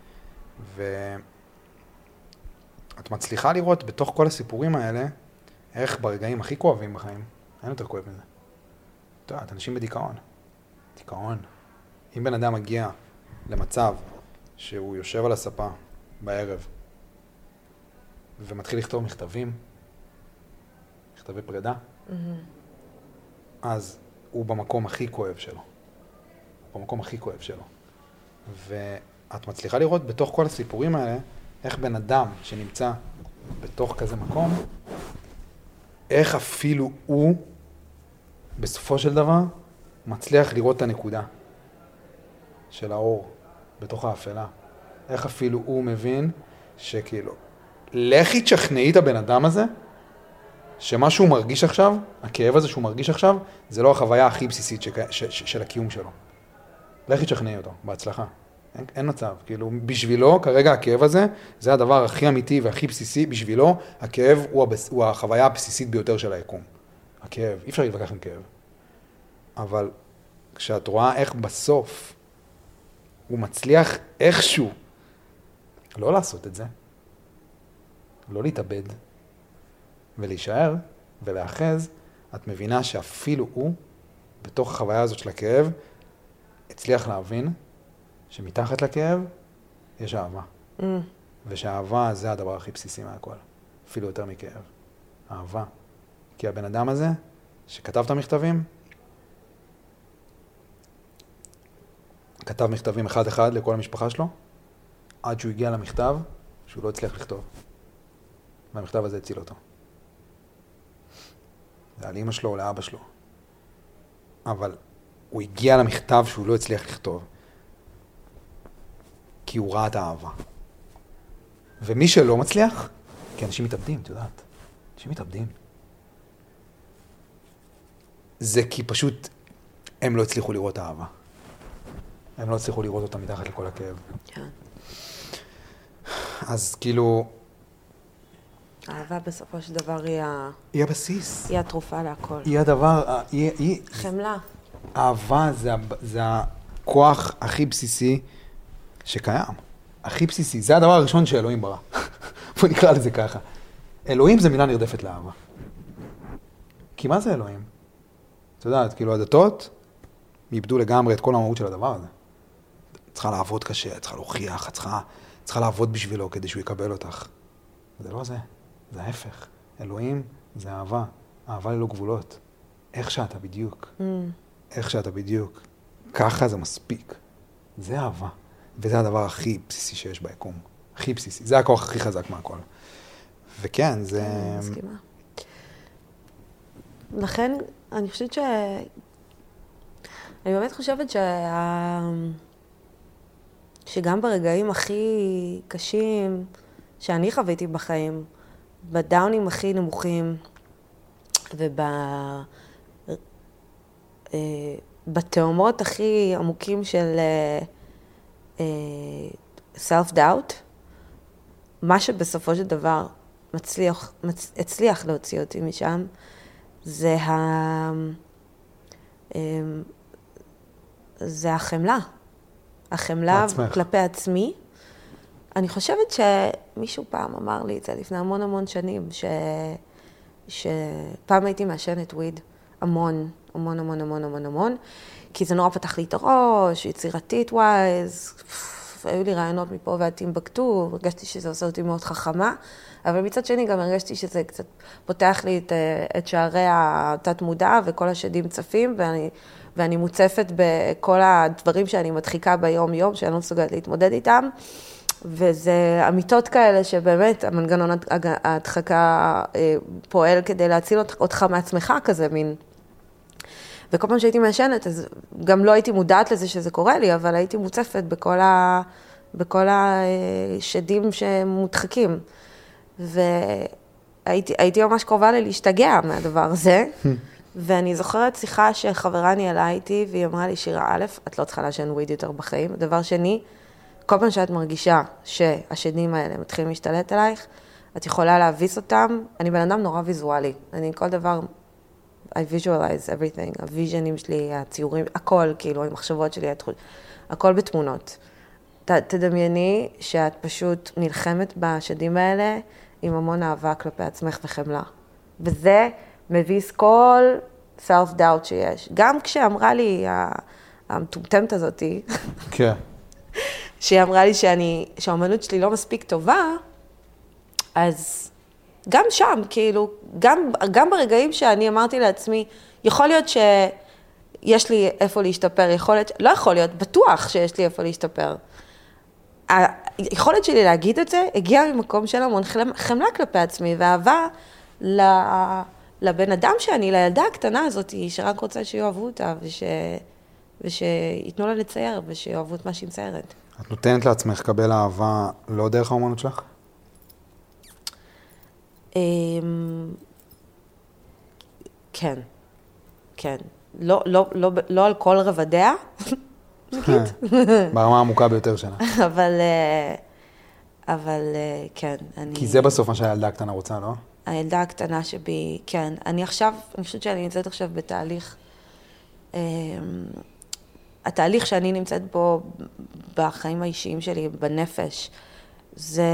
ואת מצליחה לראות בתוך כל הסיפורים האלה איך ברגעים הכי כואבים בחיים, אין יותר כואב מזה. אתה יודע, אנשים בדיכאון. דיכאון. אם בן אדם מגיע למצב שהוא יושב על הספה בערב ומתחיל לכתוב מכתבי פרידה, אז הוא במקום הכי כואב שלו. ואת מצליחה לראות בתוך כל הסיפורים האלה איך בן אדם שנמצא בתוך כזה מקום, איך אפילו הוא בסופו של דבר מצליח לראות את הנקודה של האור בתוך האפלה. איך אפילו הוא מבין שכאילו, לכי תשכנעי את הבן אדם הזה, שמה שהוא מרגיש עכשיו, הכאב הזה שהוא מרגיש עכשיו, זה לא החוויה הכי בסיסית של הקיום שלו. לכי תשכנעי אותו, בהצלחה. אין מצב, כאילו, בשבילו, כרגע הכאב הזה, זה הדבר הכי אמיתי והכי בסיסי, בשבילו, הכאב הוא החוויה הבסיסית ביותר של היקום. הכאב, אי אפשר להתווכח עם כאב. אבל כשאת רואה איך בסוף הוא מצליח איכשהו לא לעשות את זה, לא להתאבד ולהישאר ולאחז, את מבינה שאפילו הוא, בתוך החוויה הזאת של הכאב, הצליח להבין שמתחת לכאב יש אהבה. ושהאהבה זה הדבר הכי בסיסי מהכל. אפילו יותר מכאב. אהבה. כי הבן אדם הזה שכתב את המכתבים, כתב מכתבים אחד לכל המשפחה שלו, עד שהוא הגיע למכתב שהוא לא הצליח לכתוב. והמכתב הזה הציל אותו. זה על אמא שלו או לאבא שלו. אבל הוא הגיע למכתב שהוא לא הצליח לכתוב. כי הוא ראה את האהבה. ומי שלא מצליח, כי אנשים מתאבדים, את יודעת. אנשים מתאבדים. זה כי פשוט הם לא הצליחו לראות האהבה. הם לא הצליחו לראות אותה מתחת לכל הכאב. כן. אז כאילו... האהבה בסופו של דבר היא הבסיס. היא התרופה להכל. היא הדבר... חמלה. אהבה זה הכוח הכי בסיסי שקיים. הכי בסיסי. זה הדבר הראשון שאלוהים ברא. בוא נקרא לזה ככה. אלוהים זה מילה נרדפת לאהבה. כי מה זה אלוהים? אתה יודעת, כאילו הדתות איבדו לגמרי את כל המהות של הדבר הזה. צריכה לעבוד קשה, צריכה להוכיח, צריכה לעבוד בשבילו כדי שהוא יקבל אותך. זה לא זה, זה ההפך. אלוהים זה אהבה, אהבה ללא גבולות. איך שאתה בדיוק. איך שאתה בדיוק. ככה זה מספיק. זה אהבה. וזה הדבר הכי בסיסי שיש ביקום. הכי בסיסי. זה הכוח הכי חזק מהכל. וכן, זה... אני מסכימה. לכן, אני חושבת אני באמת חושבת שגם ברגעים הכי קשים שאני חוויתי בחיים, בדאונים הכי נמוכים בתאומות הכי עמוקים של self-doubt, מה שבסופו של דבר הצליח להוציא אותי משם, זה החמלה. החמלה כלפי עצמי. אני חושבת שמישהו פעם אמר לי את זה לפני המון המון שנים, שפעם הייתי מעשנת וויד המון, המון, המון, המון, המון, המון, כי זה נורא פתח לי את הראש, יצירתית ווייז, היו לי רעיונות מפה ועד טימבקטו, הרגשתי שזה עושה אותי מאוד חכמה, אבל מצד שני גם הרגשתי שזה קצת פותח לי את שערי התת מודע וכל השדים צפים, ואני מוצפת בכל הדברים שאני מדחיקה ביום יום, שאני לא מסוגלת להתמודד איתם, וזה אמיתות כאלה שבאמת המנגנון ההדחקה פועל כדי להציל אותך מעצמך כזה מין. וכל פעם שהייתי מעשנת, אז גם לא הייתי מודעת לזה שזה קורה לי, אבל הייתי מוצפת בכל השדים שמודחקים. והייתי ממש קרובה לי להשתגע מהדבר הזה. ואני זוכרת שיחה שחברה ניהלה איתי, והיא אמרה לי, שירה א', את לא צריכה לעשן וויד יותר בחיים. דבר שני, כל פעם שאת מרגישה שהשדים האלה מתחילים להשתלט עלייך, את יכולה להביס אותם. אני בן אדם נורא ויזואלי. אני כל דבר, I visualize everything, הוויז'נים שלי, הציורים, הכל, כאילו, המחשבות שלי, הכל בתמונות. תדמייני שאת פשוט נלחמת בשדים האלה עם המון אהבה כלפי עצמך וחמלה. וזה מביס כל self-doubt שיש. גם כשאמרה לי, המטומטמת הזאת, כן. שהיא אמרה לי שהאומנות שלי לא מספיק טובה, אז גם שם, כאילו, גם ברגעים שאני אמרתי לעצמי, יכול להיות שיש לי איפה להשתפר, לא יכול להיות, בטוח שיש לי איפה להשתפר. היכולת שלי להגיד את זה הגיעה ממקום של המון חמלה כלפי עצמי, ואהבה לבן אדם שאני, לילדה הקטנה הזאת, שרק רוצה שיאהבו אותה, ושיתנו לה לצייר, ושיאהבו את מה שהיא מציירת. את נותנת לעצמך לקבל אהבה לא דרך האומנות שלך? כן, כן. לא על כל רבדיה, נגיד. ברמה העמוקה ביותר שלה. אבל כן, כי זה בסוף מה שהילדה הקטנה רוצה, לא? הילדה הקטנה שבי, כן. אני חושבת שאני נמצאת עכשיו בתהליך, התהליך שאני נמצאת בו בחיים האישיים שלי, בנפש, זה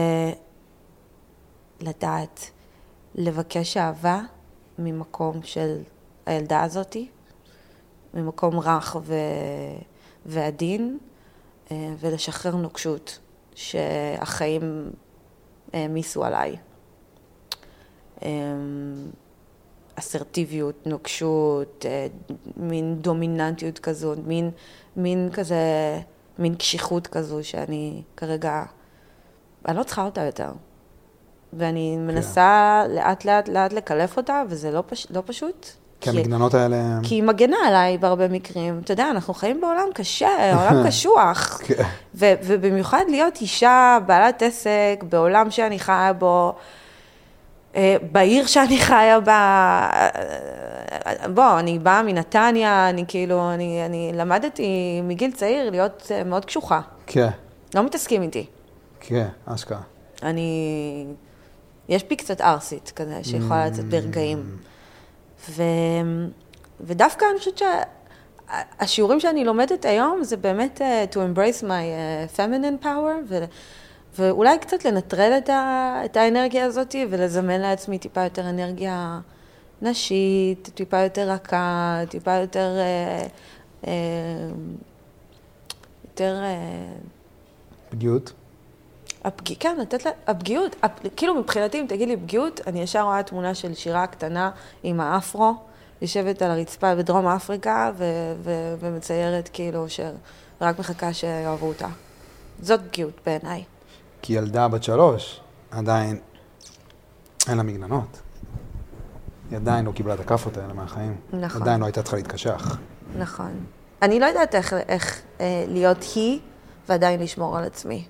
לדעת, לבקש אהבה ממקום של הילדה הזאת, ממקום רך ועדין, ולשחרר נוקשות שהחיים העמיסו עליי. אסרטיביות, נוקשות, מין דומיננטיות כזו, מין כזה, מין קשיחות כזו שאני כרגע, אני לא צריכה אותה יותר. ואני מנסה לאט לקלף אותה, וזה לא פשוט. כי המגננות האלה... כי היא מגנה עליי בהרבה מקרים. אתה יודע, אנחנו חיים בעולם קשה, עולם קשוח. ובמיוחד להיות אישה, בעלת עסק, בעולם שאני חיה בו, בעיר שאני חיה בה. אני באה מנתניה, אני למדתי מגיל צעיר להיות מאוד קשוחה. כן. לא מתעסקים איתי. כן, אשכרה. יש בי קצת ארסית כזה, שיכולה לצאת ברגעים. ודווקא אני חושבת שהשיעורים שאני לומדת היום, זה באמת to embrace my feminine power, ואולי קצת לנטרל את האנרגיה הזאת, ולזמן לעצמי טיפה יותר אנרגיה נשית, טיפה יותר רכה, טיפה יותר... פגיעות? כן, לתת לה, הפגיעות, כאילו מבחינתי, אם תגיד לי פגיעות, אני ישר רואה תמונה של שירה קטנה עם האפרו, יושבת על הרצפה בדרום אפריקה, ומציירת כאילו שרק מחכה שיאהבו אותה. זאת פגיעות בעיניי. כי ילדה בת 3, עדיין אין לה מגננות. היא עדיין לא קיבלה את הכפות האלה מהחיים. נכון. עדיין לא הייתה צריכה להתקשח. נכון. אני לא יודעת איך להיות היא, ועדיין לשמור על עצמי.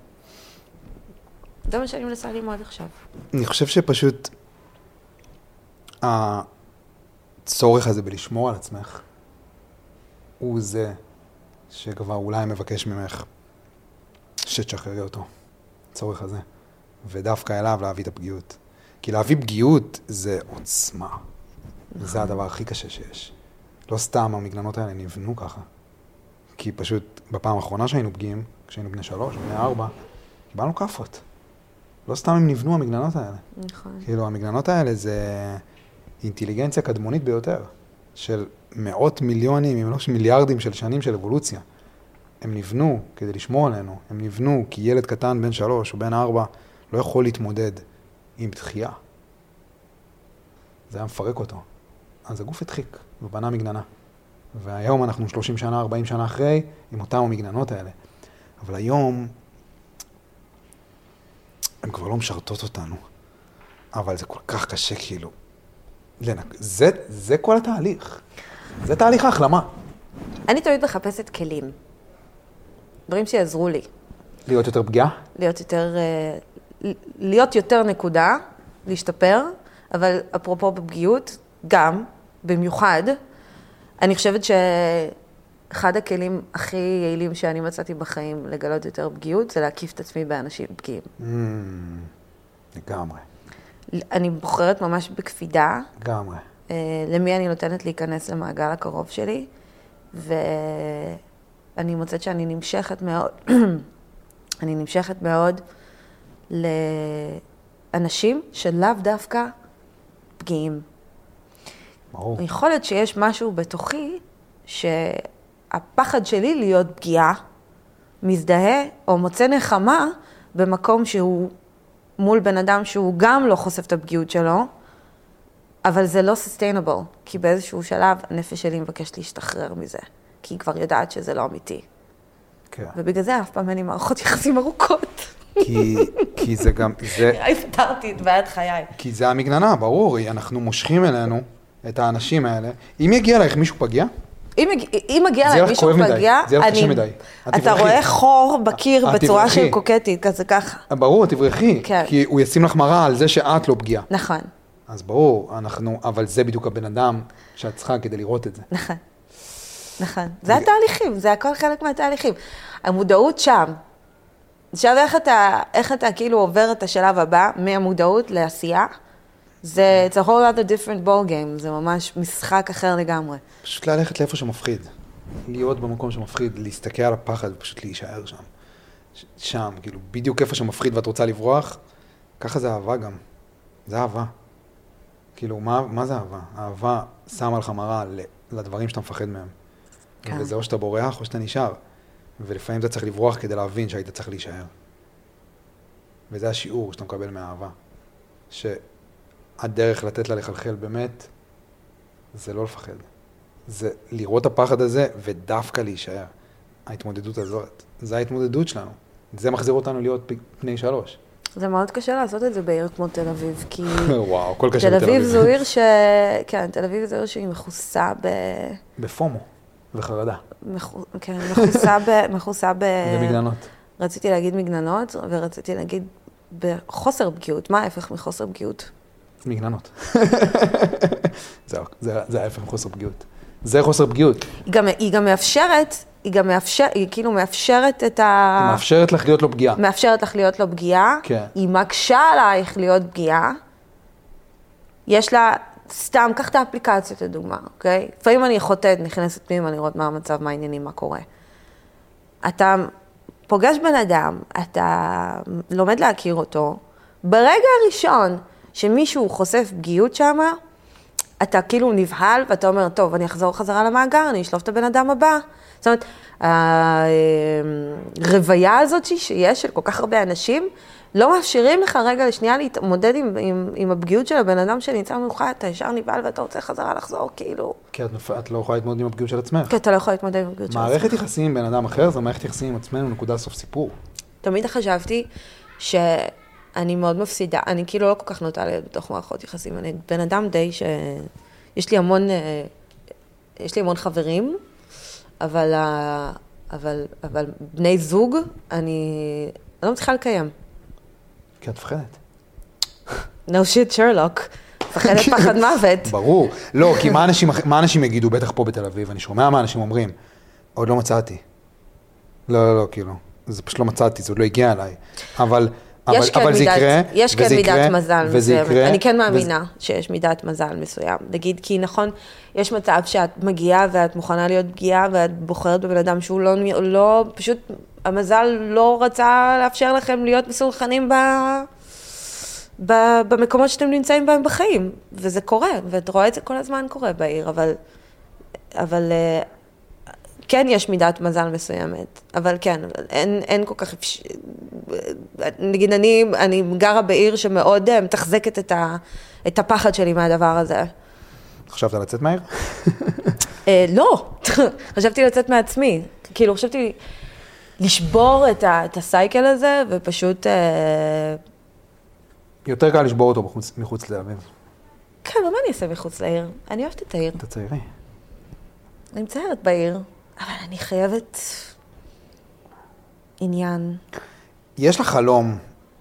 זה מה שאני מנסה ללמוד עכשיו. אני חושב שפשוט הצורך הזה בלשמור על עצמך, הוא זה שכבר אולי מבקש ממך שתשחררי אותו. הצורך הזה. ודווקא אליו להביא את הפגיעות. כי להביא פגיעות זה עוצמה. זה הדבר הכי קשה שיש. לא סתם המגננות האלה נבנו ככה. כי פשוט בפעם האחרונה שהיינו פגיעים, כשהיינו בני 3, בני 4, קיבלנו כפות. לא סתם הם נבנו המגננות האלה. נכון. כאילו, המגננות האלה זה אינטליגנציה קדמונית ביותר, של מאות מיליונים, אם לא מיליארדים של שנים של אבולוציה. הם נבנו כדי לשמור עלינו, הם נבנו כי ילד קטן בן 3 או בן 4 לא יכול להתמודד עם דחייה. זה היה מפרק אותו. אז הגוף הדחיק, ובנה מגננה. והיום אנחנו 30 שנה, 40 שנה אחרי, עם אותם המגננות האלה. אבל היום, הן כבר לא משרתות אותנו. אבל זה כל כך קשה כאילו. זה כל התהליך. זה תהליך ההחלמה. אני תמיד מחפשת כלים. דברים שיעזרו לי. להיות יותר פגיעה? להיות יותר נקודה, להשתפר, אבל אפרופו בפגיעות, גם, במיוחד, אני חושבת שאחד הכלים הכי יעילים שאני מצאתי בחיים לגלות יותר פגיעות, זה להקיף את עצמי באנשים פגיעים. לגמרי. אני בוחרת ממש בקפידה. לגמרי. למי אני נותנת להיכנס למעגל הקרוב שלי, ואני מוצאת שאני נמשכת מאוד, אני נמשכת מאוד לאנשים שלאו דווקא פגיעים. ברור. יכול להיות שיש משהו בתוכי שהפחד שלי להיות פגיעה מזדהה או מוצא נחמה במקום שהוא מול בן אדם שהוא גם לא חושף את הפגיעות שלו, אבל זה לא sustainable, כי באיזשהו שלב הנפש שלי מבקש להשתחרר מזה, כי היא כבר יודעת שזה לא אמיתי. כן. ובגלל זה אף פעם אין לי מערכות יחסים ארוכות. כי זה גם, הפתרתי את בעיית חיי. כי זה המגננה, ברור, אנחנו מושכים אלינו את האנשים האלה. אם יגיע לך מישהו פגיע? אם מגיע לה מישהו פגיע, זה יהיה לך קשה מדי. אתה רואה חור בקיר בצורה של קוקטית, כזה ככה. ברור, תברכי, כי הוא ישים לך מראה על זה שאת לא פגיעה. נכון. אז ברור, אבל זה בדיוק הבן אדם שאת צריכה כדי לראות את זה. נכון. נכון. זה התהליכים, זה הכל חלק מהתהליכים. המודעות שם. עכשיו איך אתה כאילו עובר את השלב הבא מהמודעות לעשייה, זה it's a whole other different ball game, זה ממש משחק אחר לגמרי. פשוט ללכת לאיפה שמפחיד. להיות במקום שמפחיד, להסתכל על הפחד ופשוט להישאר שם. שם, כאילו, בדיוק איפה שמפחיד ואת רוצה לברוח, ככה זה אהבה גם. זה אהבה. כאילו, מה זה אהבה? אהבה שמה לך מראה לדברים שאתה מפחד מהם. כן. וזה או שאתה בורח או שאתה נשאר. ולפעמים אתה צריך לברוח כדי להבין שהיית צריך להישאר. וזה השיעור שאתה מקבל מהאהבה. שהדרך לתת לה לחלחל באמת, זה לא לפחד. זה לראות את הפחד הזה ודווקא להישאר. ההתמודדות הזאת. זה ההתמודדות שלנו. זה מחזיר אותנו להיות פני 3. זה מאוד קשה לעשות את זה בעיר כמו תל אביב, כי... וואו, כל קשה בתל בתל אביב אביב. זו עיר כן, תל אביב זו עיר שהיא מכוסה בפומו וחרדה. כן, מכוסה ומגננות. רציתי להגיד מגננות, ורציתי להגיד בחוסר פגיעות. מה ההפך מחוסר פגיעות? מגננות. זה ההפך מחוסר פגיעות. זה חוסר פגיעות. היא כאילו מאפשרת את ה... היא מאפשרת לך להיות לא פגיעה. מאפשרת לך להיות לא פגיעה. כן. היא מקשה עלייך להיות פגיעה. יש לה, סתם, קח את האפליקציות לדוגמה, אוקיי? לפעמים אני חוטאת, נכנסת פנימה לראות מה המצב, מה העניינים, מה קורה. אתה פוגש בן אדם, אתה לומד להכיר אותו, ברגע הראשון שמישהו חושף פגיעות שם, אתה כאילו נבהל ואתה אומר, טוב, אני אחזור חזרה למאגר, אני אשלוף את הבן אדם הבא. זאת אומרת, הרוויה הזאת שיש של כל כך הרבה אנשים, לא מאפשרים לך רגע לשנייה להתמודד עם הפגיעות של הבן אדם שנמצא ממך, אתה ישר נבהל ואתה רוצה חזרה לחזור, כאילו. כי את לא יכולה להתמודד עם הפגיעות של עצמך. כי אתה לא יכול להתמודד עם הפגיעות של עצמך. מערכת יחסים עם בן אדם אחר, זה מערכת יחסים עם עצמנו, נקודה סוף סיפור. תמיד חשבתי שאני מאוד מפסידה, אני כאילו לא כל כך נוטה להיות בתוך מערכות יחסים, אני בן אדם די יש לי המון חברים, אבל בני זוג, אני לא מצליחה לקיים. כי את מפחדת. No shit, שרלוק. מפחדת פחד מוות. ברור. לא, כי מה אנשים יגידו, בטח פה בתל אביב, אני שומע מה אנשים אומרים, עוד לא מצאתי. לא, כאילו. זה פשוט לא מצאתי, זה עוד לא הגיע אליי. אבל זה יקרה, יש כן מידת מזל מסוימת. יקרה, אני כן מאמינה שיש מידת מזל מסוים. נגיד, כי נכון, יש מצב שאת מגיעה ואת מוכנה להיות פגיעה, ואת בוחרת בבן אדם שהוא לא, פשוט המזל לא רצה לאפשר לכם להיות מסולחנים במקומות שאתם נמצאים בהם בחיים. וזה קורה, ואת רואה את זה כל הזמן קורה בעיר, אבל כן יש מידת מזל מסוימת, אבל כן, אין כל כך... נגיד, אני גרה בעיר שמאוד מתחזקת את הפחד שלי מהדבר הזה. חשבת לצאת מהעיר? לא, חשבתי לצאת מעצמי. כאילו, חשבתי לשבור את הסייקל הזה, ופשוט... יותר קל לשבור אותו מחוץ לאביב. כן, מה אני אעשה מחוץ לעיר? אני אוהבת את העיר. אתה צעירי. אני מצערת בעיר, אבל אני חייבת עניין. יש לך חלום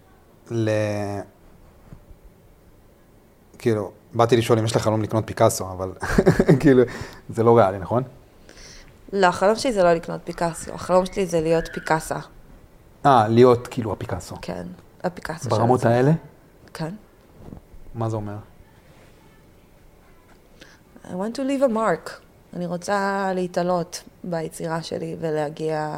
כאילו, באתי לשאול אם יש לך חלום לקנות פיקאסו, אבל כאילו, זה לא ריאלי, נכון? לא, החלום שלי זה לא לקנות פיקאסו, החלום שלי זה להיות פיקאסה. להיות כאילו הפיקאסו. כן, הפיקאסו. ברמות האלה? כן. מה זה אומר? I want to leave a mark. אני רוצה להתעלות ביצירה שלי ולהגיע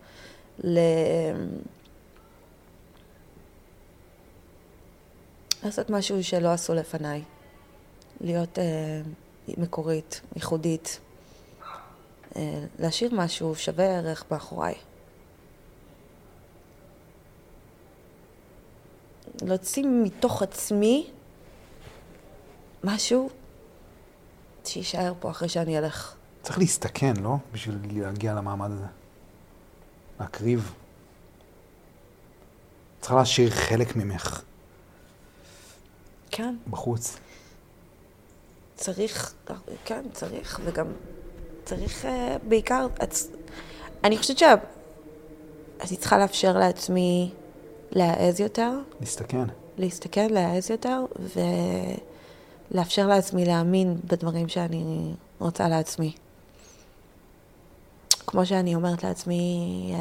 לעשות משהו שלא עשו לפניי. להיות מקורית, ייחודית. להשאיר משהו שווה ערך מאחוריי. להוציא מתוך עצמי משהו שישאר פה אחרי שאני אלך. צריך להסתכן, לא? בשביל להגיע למעמד הזה. להקריב. צריך להשאיר חלק ממך. כן. בחוץ. צריך, כן, צריך, וגם צריך בעיקר, אני חושבת שאני צריכה לאפשר לעצמי להעז יותר. להסתכן, להעז יותר, ולאפשר לעצמי להאמין בדברים שאני רוצה לעצמי. כמו שאני אומרת לעצמי,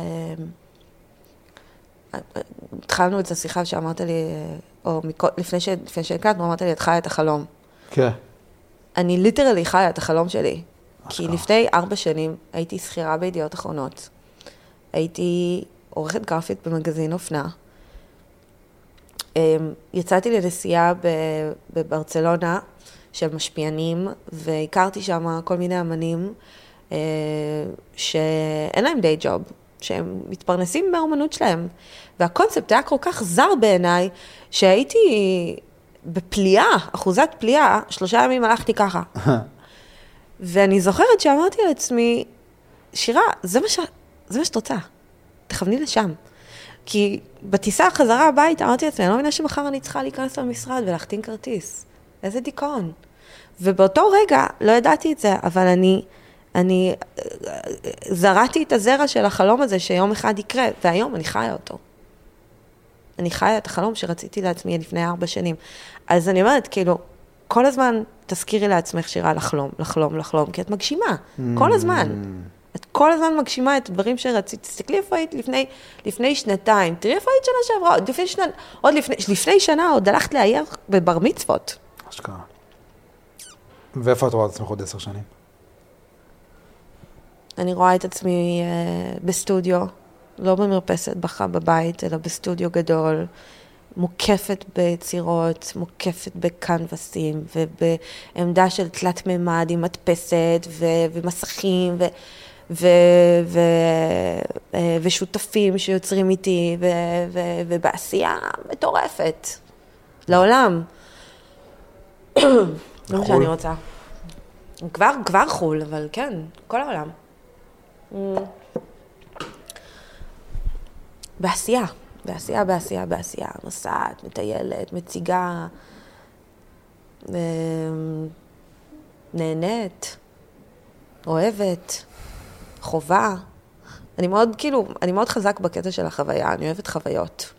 התחלנו את השיחה שאמרת לי, או לפני שהקלטנו, אמרת לי, את חיה את החלום. כן. אני ליטרלי חיה את החלום שלי. כי לפני 4 שנים הייתי שכירה בידיעות אחרונות. הייתי עורכת גרפית במגזין אופנה. יצאתי לנסיעה בברצלונה של משפיענים, והכרתי שם כל מיני אמנים שאין להם די ג'וב, שהם מתפרנסים מהאומנות שלהם. והקונספט היה כל כך זר בעיניי, שהייתי בפליאה, אחוזת פליאה, 3 ימים הלכתי ככה. ואני זוכרת שאמרתי לעצמי, שירה, זה מה שאת רוצה, תכווני לשם. כי בטיסה החזרה הביתה, אמרתי לעצמי, אני לא מבינה שמחר אני צריכה להיכנס למשרד ולהחתים כרטיס. איזה דיכאון. ובאותו רגע, לא ידעתי את זה, אבל אני זרעתי את הזרע של החלום הזה שיום אחד יקרה, והיום אני חיה אותו. אני חיה את החלום שרציתי לעצמי לפני 4 שנים. אז אני אומרת, כאילו, כל הזמן תזכירי לעצמך שירה לחלום, לחלום, לחלום, כי את מגשימה, כל הזמן. את כל הזמן מגשימה את הדברים שרצית. תסתכלי איפה היית לפני שנתיים, תראי איפה היית שנה שעברה, לפני שנה עוד הלכת לאייר בבר מצוות. אשכרה. ואיפה את רואה את עצמך עוד 10 שנים? אני רואה את עצמי בסטודיו, לא במרפסת בבית, אלא בסטודיו גדול, מוקפת ביצירות, מוקפת בקנבסים, ובעמדה של תלת ממד עם מדפסת, ומסכים, ושותפים שיוצרים איתי, ובעשייה מטורפת, לעולם. זה מה שאני רוצה. כבר חול, אבל כן, כל העולם. בעשייה, נוסעת, מטיילת, מציגה, נהנית, אוהבת, חובה. אני מאוד חזק בקטע של החוויה, אני אוהבת חוויות.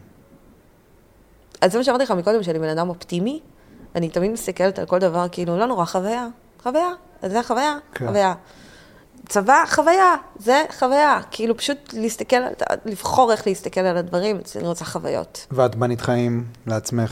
אז זה מה שאמרתי לך מקודם, שאני בן אדם אופטימי, אני תמיד מסתכלת על כל דבר, כאילו, לא נורא, חוויה, זה חוויה, חוויה. צבא, חוויה, זה חוויה. כאילו פשוט לבחור איך להסתכל על הדברים, אני רוצה חוויות. ואת בנית חיים לעצמך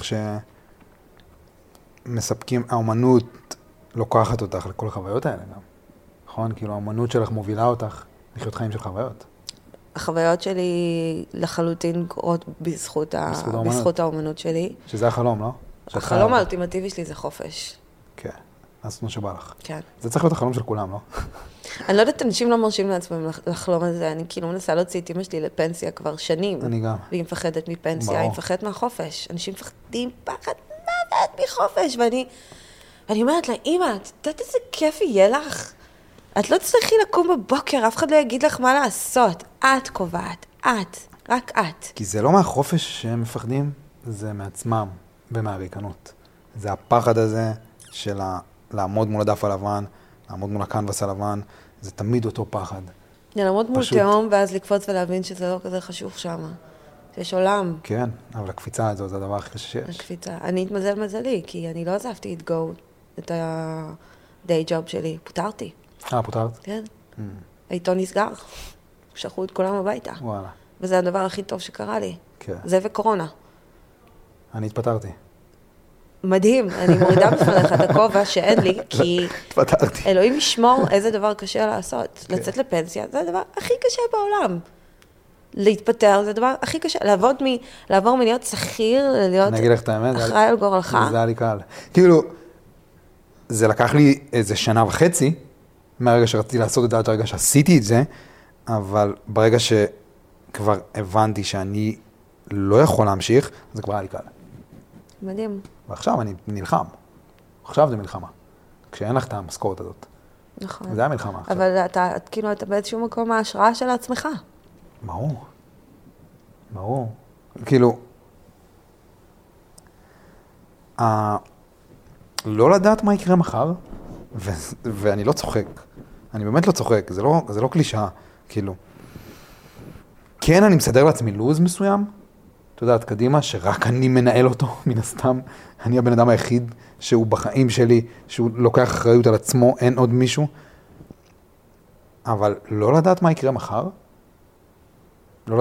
שמספקים, האומנות לוקחת אותך לכל החוויות האלה גם. נכון? כאילו האומנות שלך מובילה אותך לחיות חיים של חוויות. החוויות שלי לחלוטין קורות בזכות האומנות שלי. שזה החלום, לא? החלום האולטימטיבי שלי זה חופש. כן, אז כמו שבא לך. כן. זה צריך להיות החלום של כולם, לא? אני לא יודעת, אנשים לא מרשים לעצמם לחלום על זה, אני כאילו מנסה להוציא את אמא שלי לפנסיה כבר שנים. אני גם. והיא מפחדת מפנסיה, היא מפחדת מהחופש. אנשים מפחדים פחד מוות מחופש, ואני אומרת לה, אמא, את יודעת איזה כיף יהיה לך? את לא צריכי לקום בבוקר, אף אחד לא יגיד לך מה לעשות. את קובעת, רק את. כי זה לא מהחופש שהם מפחדים, זה מעצמם ומהריקנות. זה הפחד הזה של לעמוד מול הדף הלבן, לעמוד מול הקנבס הלבן, זה תמיד אותו פחד. לעמוד מול תהום ואז לקפוץ ולהבין שזה לא כזה חשוב שם. יש עולם. כן, אבל הקפיצה הזו זה הדבר הכי קשה שיש. הקפיצה. אני התמזל מזלי, כי אני לא עזבתי את ה-day job שלי. פוטרתי. פוטרת? כן. העיתון נסגר. שלחו את כולם הביתה. וואלה. וזה הדבר הכי טוב שקרה לי. כן. זה וקורונה. אני התפטרתי. מדהים, אני מורידה בפניך את הכובע שאין לי, כי אלוהים ישמור איזה דבר קשה לעשות. לצאת לפנסיה, זה הדבר הכי קשה בעולם. להתפטר, זה הדבר הכי קשה. לעבור מלהיות שכיר, להיות אחראי על גורלך. זה היה לי קל. כאילו, זה לקח לי איזה 1.5 שנה, מהרגע שרציתי לעשות את זה, עד הרגע שעשיתי את זה, אבל ברגע שכבר הבנתי שאני לא יכול להמשיך, זה כבר היה לי קל. מדהים. ועכשיו אני נלחם. עכשיו זה מלחמה. כשאין לך את המשכורת הזאת. נכון. זה היה מלחמה. אבל אתה באיזשהו מקום ההשראה של עצמך. ברור. כאילו, לא לדעת מה יקרה מחר, ואני לא צוחק. אני באמת לא צוחק. זה לא קלישאה. כאילו, כן, אני מסדר לעצמי לוז מסוים, אתה יודעת, קדימה, שרק אני מנהל אותו, מן הסתם. אני הבן אדם היחיד שהוא בחיים שלי, שהוא לוקח אחריות על עצמו, אין עוד מישהו. אבל לא לדעת מה יקרה מחר, לא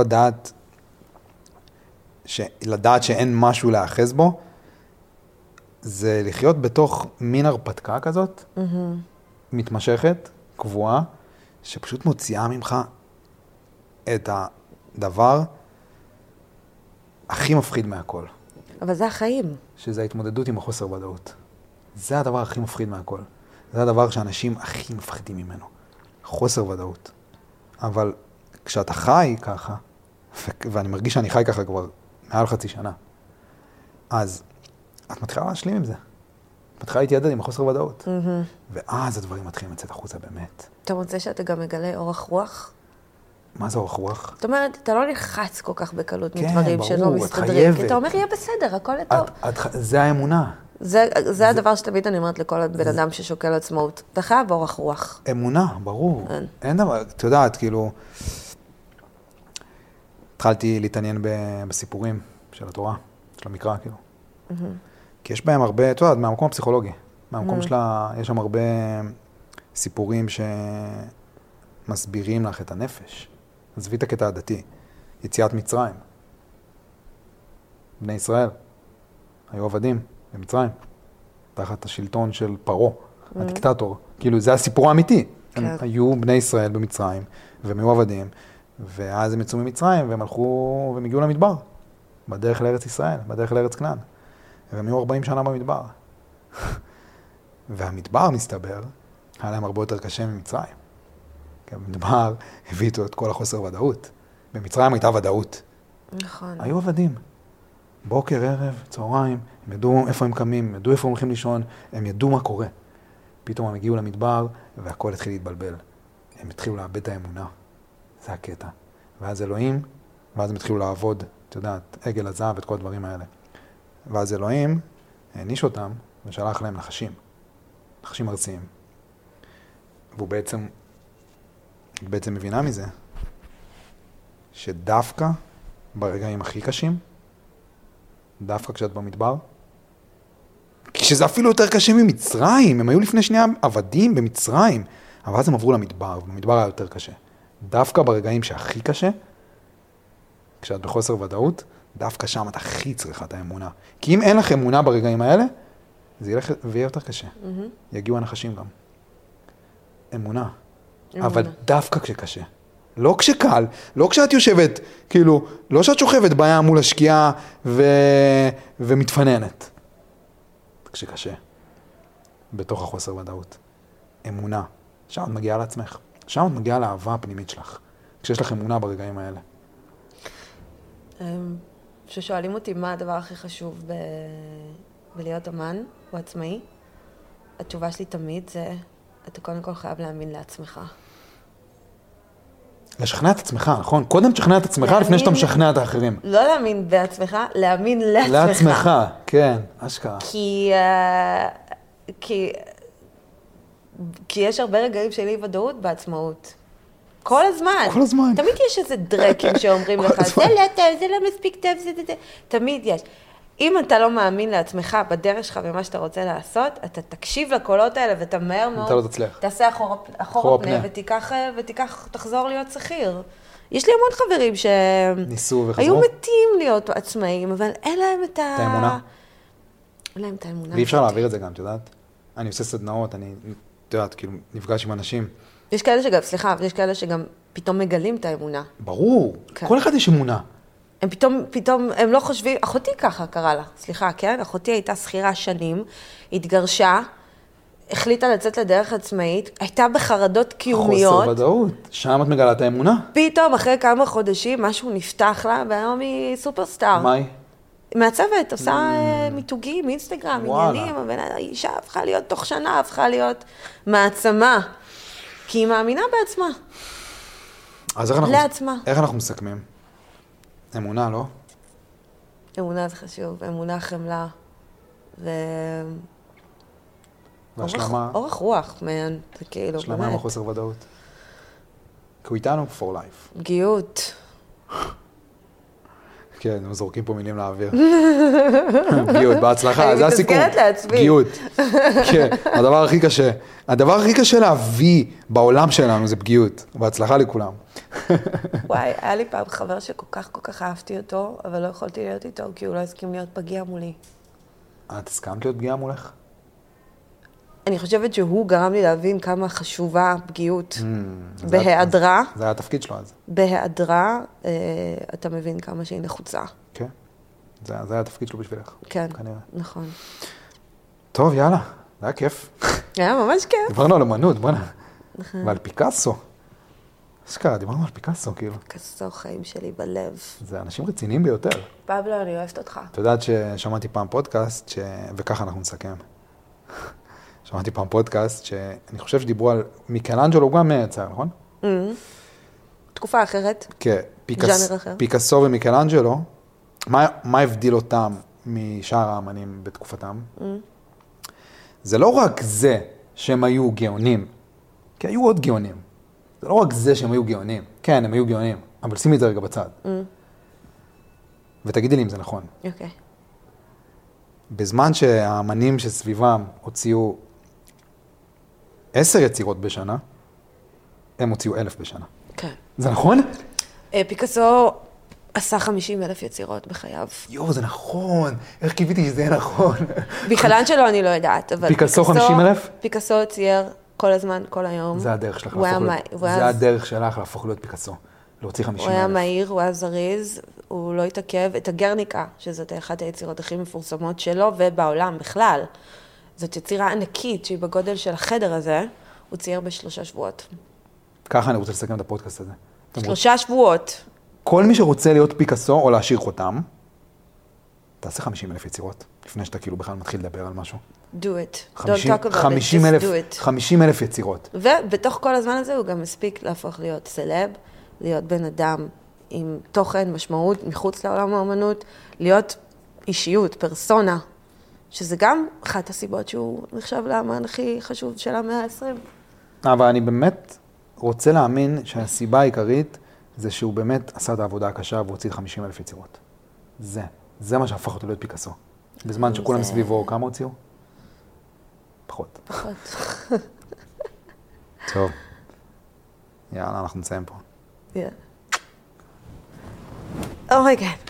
לדעת שאין משהו להאחז בו, זה לחיות בתוך מין הרפתקה כזאת, מתמשכת, קבועה, שפשוט מוציאה ממך את הדבר הכי מפחיד מהכל. אבל זה החיים. שזה ההתמודדות עם החוסר ודאות. זה הדבר הכי מפחיד מהכל. זה הדבר שאנשים הכי מפחידים ממנו. חוסר ודאות. אבל כשאתה חי ככה, ואני מרגיש שאני חי ככה כבר מעל 0.5 שנה, אז את מתחילה להשלים עם זה. את מתחילה להתיידד עם החוסר ודאות. ואז הדברים מתחילים לצאת החוצה באמת. אתה מוצא שאתה גם מגלה אורך רוח? מה זה אורך רוח? זאת אומרת, אתה לא נלחץ כל כך בקלות כן, מדברים ברור, שלא את מסתדרים. חייבת. כי אתה אומר, יהיה בסדר, הכל יהיה טוב. זה האמונה. זה הדבר שתמיד אני אומרת לכל בן אדם ששוקל עצמאות. אתה חייב אורך רוח. אמונה, ברור. אין. אין דבר, את יודעת, כאילו, התחלתי להתעניין בסיפורים של התורה, של המקרא, כאילו. כי יש בהם הרבה, את יודעת, מהמקום הפסיכולוגי. מהמקום שלה, יש שם הרבה סיפורים שמסבירים לך את הנפש. עזבי את הקטע הדתי. יציאת מצרים. בני ישראל היו עבדים במצרים, תחת השלטון של פרעה, הדיקטטור. כאילו, זה הסיפור האמיתי. הם היו בני ישראל במצרים, והם היו עבדים, ואז הם יצאו ממצרים, והם הלכו, והם הגיעו למדבר, בדרך לארץ ישראל, בדרך לארץ כנען. והם היו 40 שנה במדבר. והמדבר, מסתבר, היה להם הרבה יותר קשה ממצרים. כי במדבר הביא איתו את כל החוסר ודאות. במצרים הייתה ודאות. נכון. היו עבדים. בוקר, ערב, צהריים, הם ידעו איפה הם קמים, הם ידעו איפה הם הולכים לישון, הם ידעו מה קורה. פתאום הם הגיעו למדבר, והכל התחיל להתבלבל. הם התחילו לאבד את האמונה. זה הקטע. ואז אלוהים, ואז הם התחילו לעבוד, את יודעת, עגל הזהב, את כל הדברים האלה. ואז אלוהים העניש אותם, ושלח להם נחשים. נחשים ארציים. והוא בעצם מבינה מזה, שדווקא ברגעים הכי קשים, דווקא כשאת במדבר, כשזה אפילו יותר קשה ממצרים, הם היו לפני שנייה עבדים במצרים, אבל אז הם עברו למדבר, ובמדבר היה יותר קשה. דווקא ברגעים שהכי קשה, כשאת בחוסר ודאות, דווקא שם את הכי צריכה את האמונה. כי אם אין לך אמונה ברגעים האלה, זה ילך ויהיה יותר קשה. יגיעו אנשים גם. אמונה. אבל דווקא כשקשה. לא כשקל, לא כשאת יושבת, כאילו, לא שאת שוכבת בים מול השקיעה ומתפננת. כשקשה. בתוך החוסר ודאות. אמונה. שם את מגיעה לעצמך. שם את מגיעה לאהבה הפנימית שלך. כשיש לך אמונה ברגעים האלה. ששואלים אותי מה הדבר הכי חשוב בלהיות אמן או עצמאי, התשובה שלי תמיד זה, אתה קודם כל חייב להאמין לעצמך. לשכנע את עצמך, נכון? קודם תשכנע את עצמך לפני שאתה משכנע את האחרים. לא להאמין בעצמך, להאמין לעצמך. לעצמך, כן, אשכרה. כי יש הרבה רגעים של אי ודאות בעצמאות. כל הזמן. כל הזמן. תמיד יש איזה דרקים שאומרים לך, זה לא טוב, זה לא מספיק טוב, זה. תמיד יש. אם אתה לא מאמין לעצמך בדרך שלך ומה שאתה רוצה לעשות, אתה תקשיב לקולות האלה ואתה מהר מאוד, אתה לא תצליח. תעשה אחורה פנה ותיקח, תחזור להיות שכיר. יש לי המון חברים ניסו וחזרו. היו מתים להיות עצמאים, אבל אין להם את האמונה. אין להם את האמונה. ואי אפשר להעביר את זה גם, את יודעת? אני עושה סדנאות, את יודעת, כאילו, נפגש עם אנשים. יש כאלה שגם, סליחה, יש כאלה שגם פתאום מגלים את האמונה. ברור. כל אחד יש אמונה. הם פתאום, הם לא חושבים, אחותי ככה קרה לה, סליחה, כן? אחותי הייתה שכירה שנים, התגרשה, החליטה לצאת לדרך עצמאית, הייתה בחרדות קיומיות. חוסר ודאות, שם את מגלה את האמונה. פתאום, אחרי כמה חודשים, משהו נפתח לה, והיום היא סופרסטאר. מה היא? מעצבת, עושה מיתוגים, אינסטגרם, עניינים, האישה הפכה להיות, תוך שנה הפכה להיות מעצמה. כי היא מאמינה בעצמה. אז איך אנחנו מסכמים? אמונה, לא? אמונה זה חשוב, אמונה חמלה. והשלמה... אורך רוח, מן, זה כאילו, השלמה עם החוסר ודאות. כי הוא איתנו for life. פגיעות. כן, הם זורקים פה מילים לאוויר. פגיעות, בהצלחה, זה הסיכום. אני מתזכרת לעצמי. פגיעות. כן, הדבר הכי קשה. הדבר הכי קשה להביא בעולם שלנו זה פגיעות. בהצלחה לכולם. וואי, היה לי פעם חבר שכל כך אהבתי אותו, אבל לא יכולתי להיות איתו, כי הוא לא הסכים להיות פגיע מולי. את הסכמת להיות פגיעה מולך? אני חושבת שהוא גרם לי להבין כמה חשובה פגיעות בהיעדרה. זה היה התפקיד שלו אז. בהיעדרה, אתה מבין כמה שהיא נחוצה. כן, זה היה התפקיד שלו בשבילך. כן, כנראה. נכון. טוב, יאללה, זה היה כיף. היה ממש כיף. דיברנו על אמנות, בוא'נה. נכון. ועל פיקאסו. אשכרה, דיברנו על פיקאסו, כאילו. פיקאסו, חיים שלי בלב. זה אנשים רציניים ביותר. פבלו, אני אוהבת אותך. את יודעת ששמעתי פעם פודקאסט, וככה אנחנו נסכם. שמעתי פעם פודקאסט שאני חושב שדיברו על מיקלאנג'לו, הוא גם יצר, נכון? תקופה אחרת. כן, ז'אנר אחר. פיקאסו ומיקלאנג'לו, מה הבדיל אותם משאר האמנים בתקופתם? זה לא רק זה שהם היו גאונים, כי היו עוד גאונים. זה לא רק זה שהם היו גאונים. כן, הם היו גאונים, אבל שימי את זה רגע בצד. ותגידי לי אם זה נכון. אוקיי. בזמן שהאמנים שסביבם הוציאו 10 יצירות בשנה, הם הוציאו 1,000 בשנה. כן. זה נכון? פיקאסו עשה 50,000 יצירות בחייו. יואו, זה נכון. איך קיוויתי שזה יהיה נכון? מיקלאנג'לו אני לא יודעת, אבל פיקאסו 50,000? פיקאסו צייר כל הזמן, כל היום. זה הדרך שלך להפוך להיות. זה הדרך שלך להפוך להיות פיקאסו. להוציא 50,000. הוא היה מהיר, הוא היה זריז, הוא לא התעכב. את הגרניקה, שזאת אחת היצירות הכי מפורסמות שלו ובעולם בכלל. זאת יצירה ענקית שהיא בגודל של החדר הזה, הוא צייר ב3 שבועות. ככה אני רוצה לסכם את הפודקאסט הזה. 3 שבועות. כל מי שרוצה להיות פיקאסו או להשאיר חותם, תעשה 50,000 יצירות, לפני שאתה כאילו בכלל מתחיל לדבר על משהו. Do it. Don't talk about it, just do it. 50,000 יצירות. ובתוך כל הזמן הזה הוא גם מספיק להפוך להיות סלב, להיות בן אדם עם תוכן, משמעות, מחוץ לעולם האמנות, להיות אישיות, פרסונה, שזה גם אחת הסיבות שהוא נחשב לאמן הכי חשוב של המאה ה-20. אבל אני באמת רוצה להאמין שהסיבה העיקרית זה שהוא באמת עשה את העבודה הקשה והוציא 50,000 יצירות. זה מה שהפך אותו להיות פיקאסו. בזמן שכולם סביבו, כמה הוציאו? פחות. טוב. יאללה, אנחנו נסיים פה. אומייגאד.